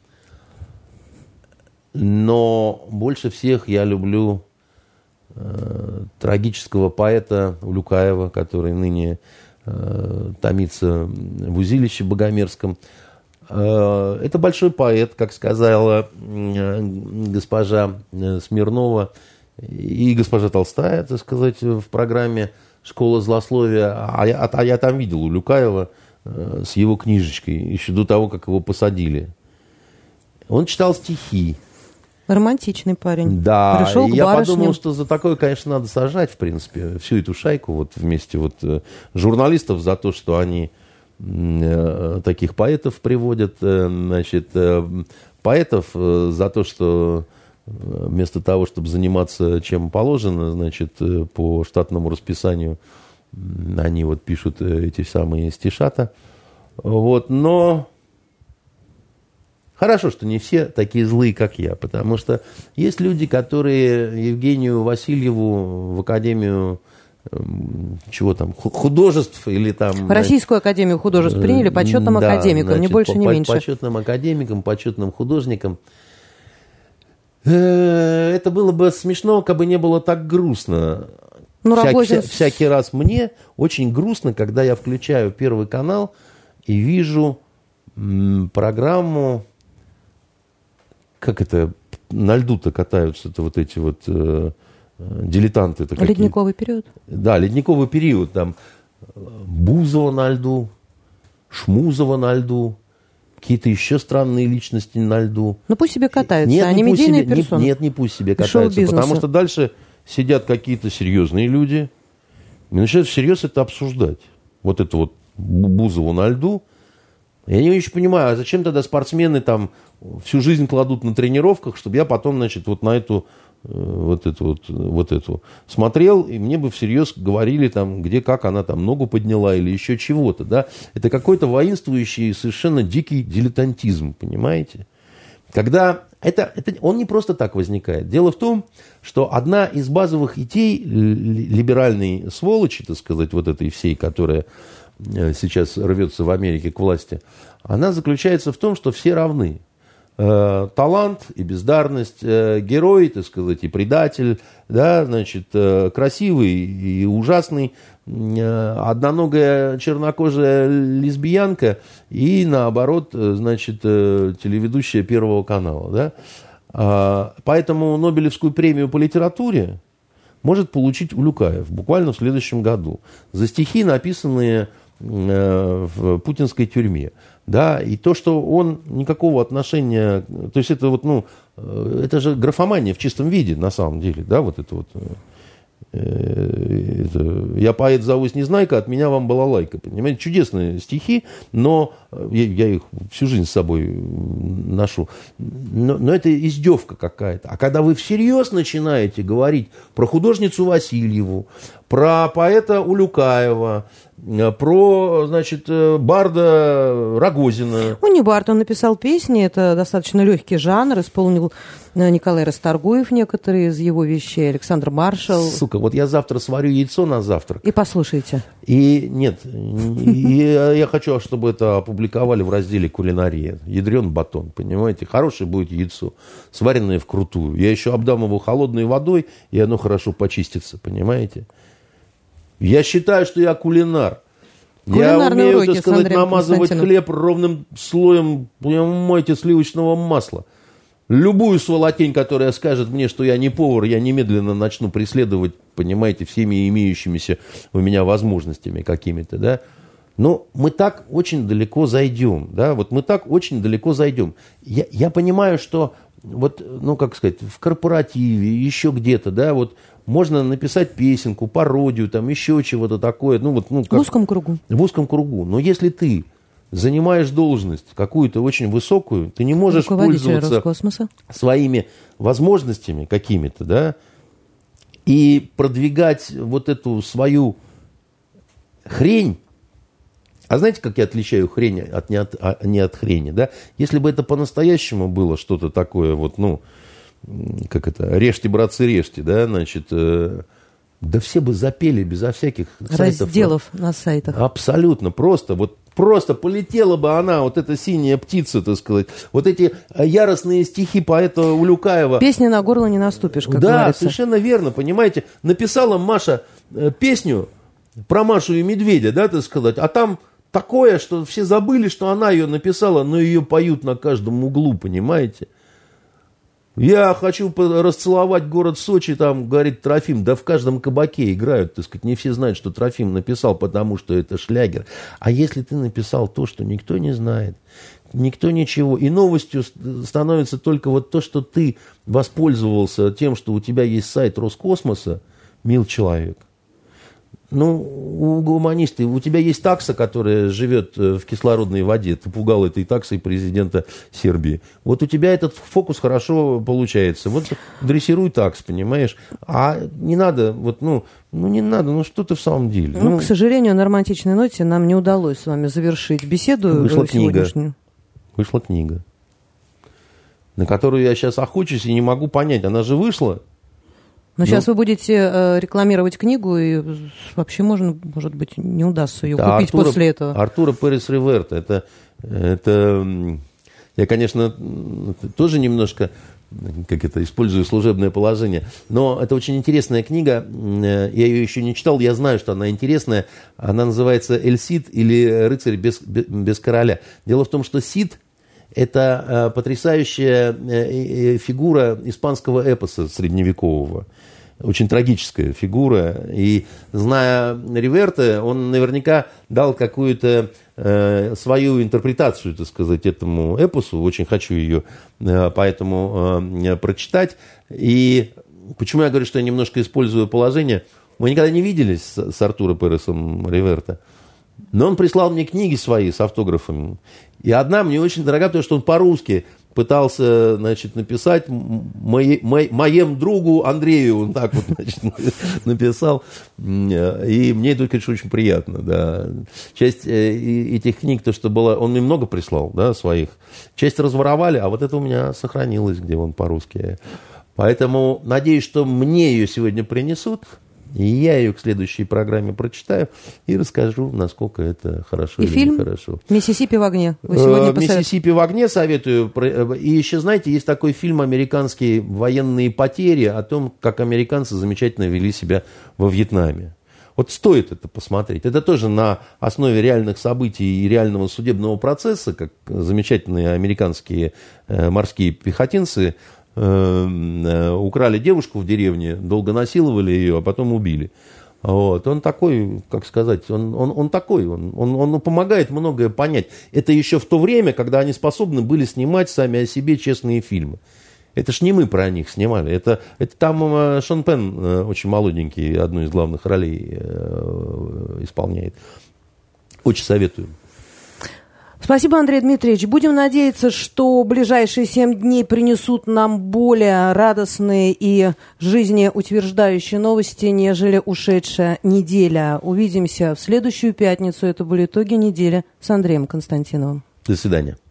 Но больше всех я люблю трагического поэта Улюкаева, который ныне томится в узилище Богомерском. Это большой поэт, как сказала госпожа Смирнова и госпожа Толстая, так сказать, в программе «Школа злословия». А я там видел Улюкаева с его книжечкой еще до того, как его посадили. Он читал стихи. Романтичный парень. Да, Пришел и к я барышням. подумал, что за такое, конечно, надо сажать, в принципе, всю эту шайку вот вместе вот журналистов за то, что они таких поэтов приводят, значит, поэтов за то, что вместо того, чтобы заниматься чем положено, значит, по штатному расписанию, они вот пишут эти самые стишата. Вот, но хорошо, что не все такие злые, как я, потому что есть люди, которые Евгению Васильеву в Академию чего там, художеств или там... Российскую академию художеств приняли почетным академиком, значит, ни больше, ни меньше. Почетным академиком, почетным художником. Это было бы смешно, как бы не было так грустно. Всякий раз мне очень грустно, когда я включаю Первый канал и вижу программу, как это, на льду-то катаются-то вот эти вот дилетанты. Ледниковый период? Да, ледниковый период. Там Бузова на льду, Шмузова на льду, какие-то еще странные личности на льду. Ну пусть себе катаются, они медийные персоны. Нет, не пусть себе катаются, потому что дальше сидят какие-то серьезные люди и начинают всерьез это обсуждать. Вот это вот Бузову на льду. Я не очень понимаю, а зачем тогда спортсмены там всю жизнь кладут на тренировках, чтобы я потом, значит, вот на эту вот эту смотрел, и мне бы всерьез говорили там, где, как она там ногу подняла или еще чего-то, да. Это какой-то воинствующий, совершенно дикий дилетантизм, понимаете? Когда он не просто так возникает. Дело в том, что одна из базовых идей либеральной сволочи, так сказать, вот этой всей, которая сейчас рвется в Америке к власти, она заключается в том, что все равны. Талант и бездарность, герой, так сказать, и предатель, да, значит, красивый и ужасный, одноногая чернокожая лесбиянка и, наоборот, значит, телеведущая Первого канала, да. Поэтому Нобелевскую премию по литературе может получить Улюкаев буквально в следующем году за стихи, написанные в путинской тюрьме. Да, и то, что он никакого отношения... То есть это вот, ну, это же графомания в чистом виде, на самом деле, да, вот это вот... Я поэт зовусь Незнайка, от меня вам балалайка. Понимаете, чудесные стихи, но я их всю жизнь с собой ношу. Но это издевка какая-то. А когда вы всерьез начинаете говорить про художницу Васильеву, про поэта Улюкаева, про, значит, барда Рогозина. Он не бард, он написал песни, это достаточно легкий жанр, исполнил Николай Расторгуев некоторые из его вещей, Александр Маршал. Сука, вот я завтра сварю яйцо на завтрак. И послушайте. И нет, я хочу, чтобы это опубликовали в разделе «Кулинария». Ядрен батон, понимаете? Хорошее будет яйцо, сваренное вкрутую. Я еще обдам его холодной водой, и оно хорошо почистится, понимаете? Я считаю, что я кулинар. Я умею, так сказать, намазывать хлеб ровным слоем, понимаете, сливочного масла. Любую сволотень, которая скажет мне, что я не повар, я немедленно начну преследовать, понимаете, всеми имеющимися у меня возможностями какими-то, да. Но мы так очень далеко зайдем, да, вот мы так очень далеко зайдем. Я понимаю, что вот, ну, как сказать, в корпоративе, еще где-то, да, вот можно написать песенку, пародию, там, еще чего-то такое, ну, вот, ну, как, в узком кругу. В узком кругу. Но если ты занимаешь должность какую-то очень высокую, ты не можешь пользоваться своими возможностями какими-то, да, и продвигать вот эту свою хрень. А знаете, как я отличаю хрень не от хрени, да? Если бы это по-настоящему было что-то такое, вот, ну, как это, режьте, братцы, режьте, да, значит, да все бы запели безо всяких разделов на сайтах. Абсолютно, просто полетела бы она, вот эта синяя птица, так сказать, вот эти яростные стихи поэта Улюкаева. Песни на горло не наступишь, как да, говорится. Да, совершенно верно, понимаете. Написала Маша песню про Машу и Медведя, да, так сказать, а там такое, что все забыли, что она ее написала, но ее поют на каждом углу, понимаете. Я хочу расцеловать город Сочи, там, говорит Трофим. Да в каждом кабаке играют, так сказать. Не все знают, что Трофим написал, потому что это шлягер. А если ты написал то, что никто не знает, никто ничего, и новостью становится только вот то, что ты воспользовался тем, что у тебя есть сайт Роскосмоса, мил человек. Ну, у гуманиста, у тебя есть такса, которая живет в кислородной воде. Ты пугал этой таксой президента Сербии. Вот у тебя этот фокус хорошо получается. Вот дрессируй такс, понимаешь? А не надо, вот, не надо, что ты в самом деле? К сожалению, на романтичной ноте нам не удалось с вами завершить беседу. Вышла книга, на которую я сейчас охочусь и не могу понять. Она же вышла. Но сейчас вы будете рекламировать книгу, и вообще, может быть, не удастся ее купить после этого. Артура Перес Реверта. Это я, конечно, тоже немножко, использую служебное положение, но это очень интересная книга. Я ее еще не читал, я знаю, что она интересная. Она называется «Эль Сид» или «Рыцарь без короля». Дело в том, что Сид – это потрясающая фигура испанского эпоса средневекового. Очень трагическая фигура. И, зная Реверта, он наверняка дал какую-то свою интерпретацию, так сказать, этому эпосу. Очень хочу ее поэтому прочитать. И почему я говорю, что я немножко использую положение? Мы никогда не виделись с Артуро Пересом Реверта. Но он прислал мне книги свои с автографами. И одна мне очень дорога, потому что он по-русски пытался, написать моему другу Андрею, он так вот, написал. И мне это, конечно, очень приятно, да. Часть этих книг, то, что было, он мне много прислал, да, своих. Часть разворовали, а вот это у меня сохранилось, где он по-русски. Поэтому надеюсь, что мне ее сегодня принесут. И я ее к следующей программе прочитаю и расскажу, насколько это хорошо или фильм нехорошо. «Миссисипи в огне» вы сегодня посоветуете? «Миссисипи в огне» советую. И еще, знаете, есть такой фильм американский «Военные потери» о том, как американцы замечательно вели себя во Вьетнаме. Вот стоит это посмотреть. Это тоже на основе реальных событий и реального судебного процесса, как замечательные американские морские пехотинцы украли девушку в деревне, долго насиловали ее, а потом убили. Вот. Он такой, как сказать, он такой, он помогает многое понять. Это еще в то время, когда они способны были снимать сами о себе честные фильмы. Это ж не мы про них снимали. Это там Шон Пенн, очень молоденький, одну из главных ролей исполняет. Очень советую. Спасибо, Андрей Дмитриевич. Будем надеяться, что ближайшие 7 дней принесут нам более радостные и жизнеутверждающие новости, нежели ушедшая неделя. Увидимся в следующую пятницу. Это были итоги недели с Андреем Константиновым. До свидания.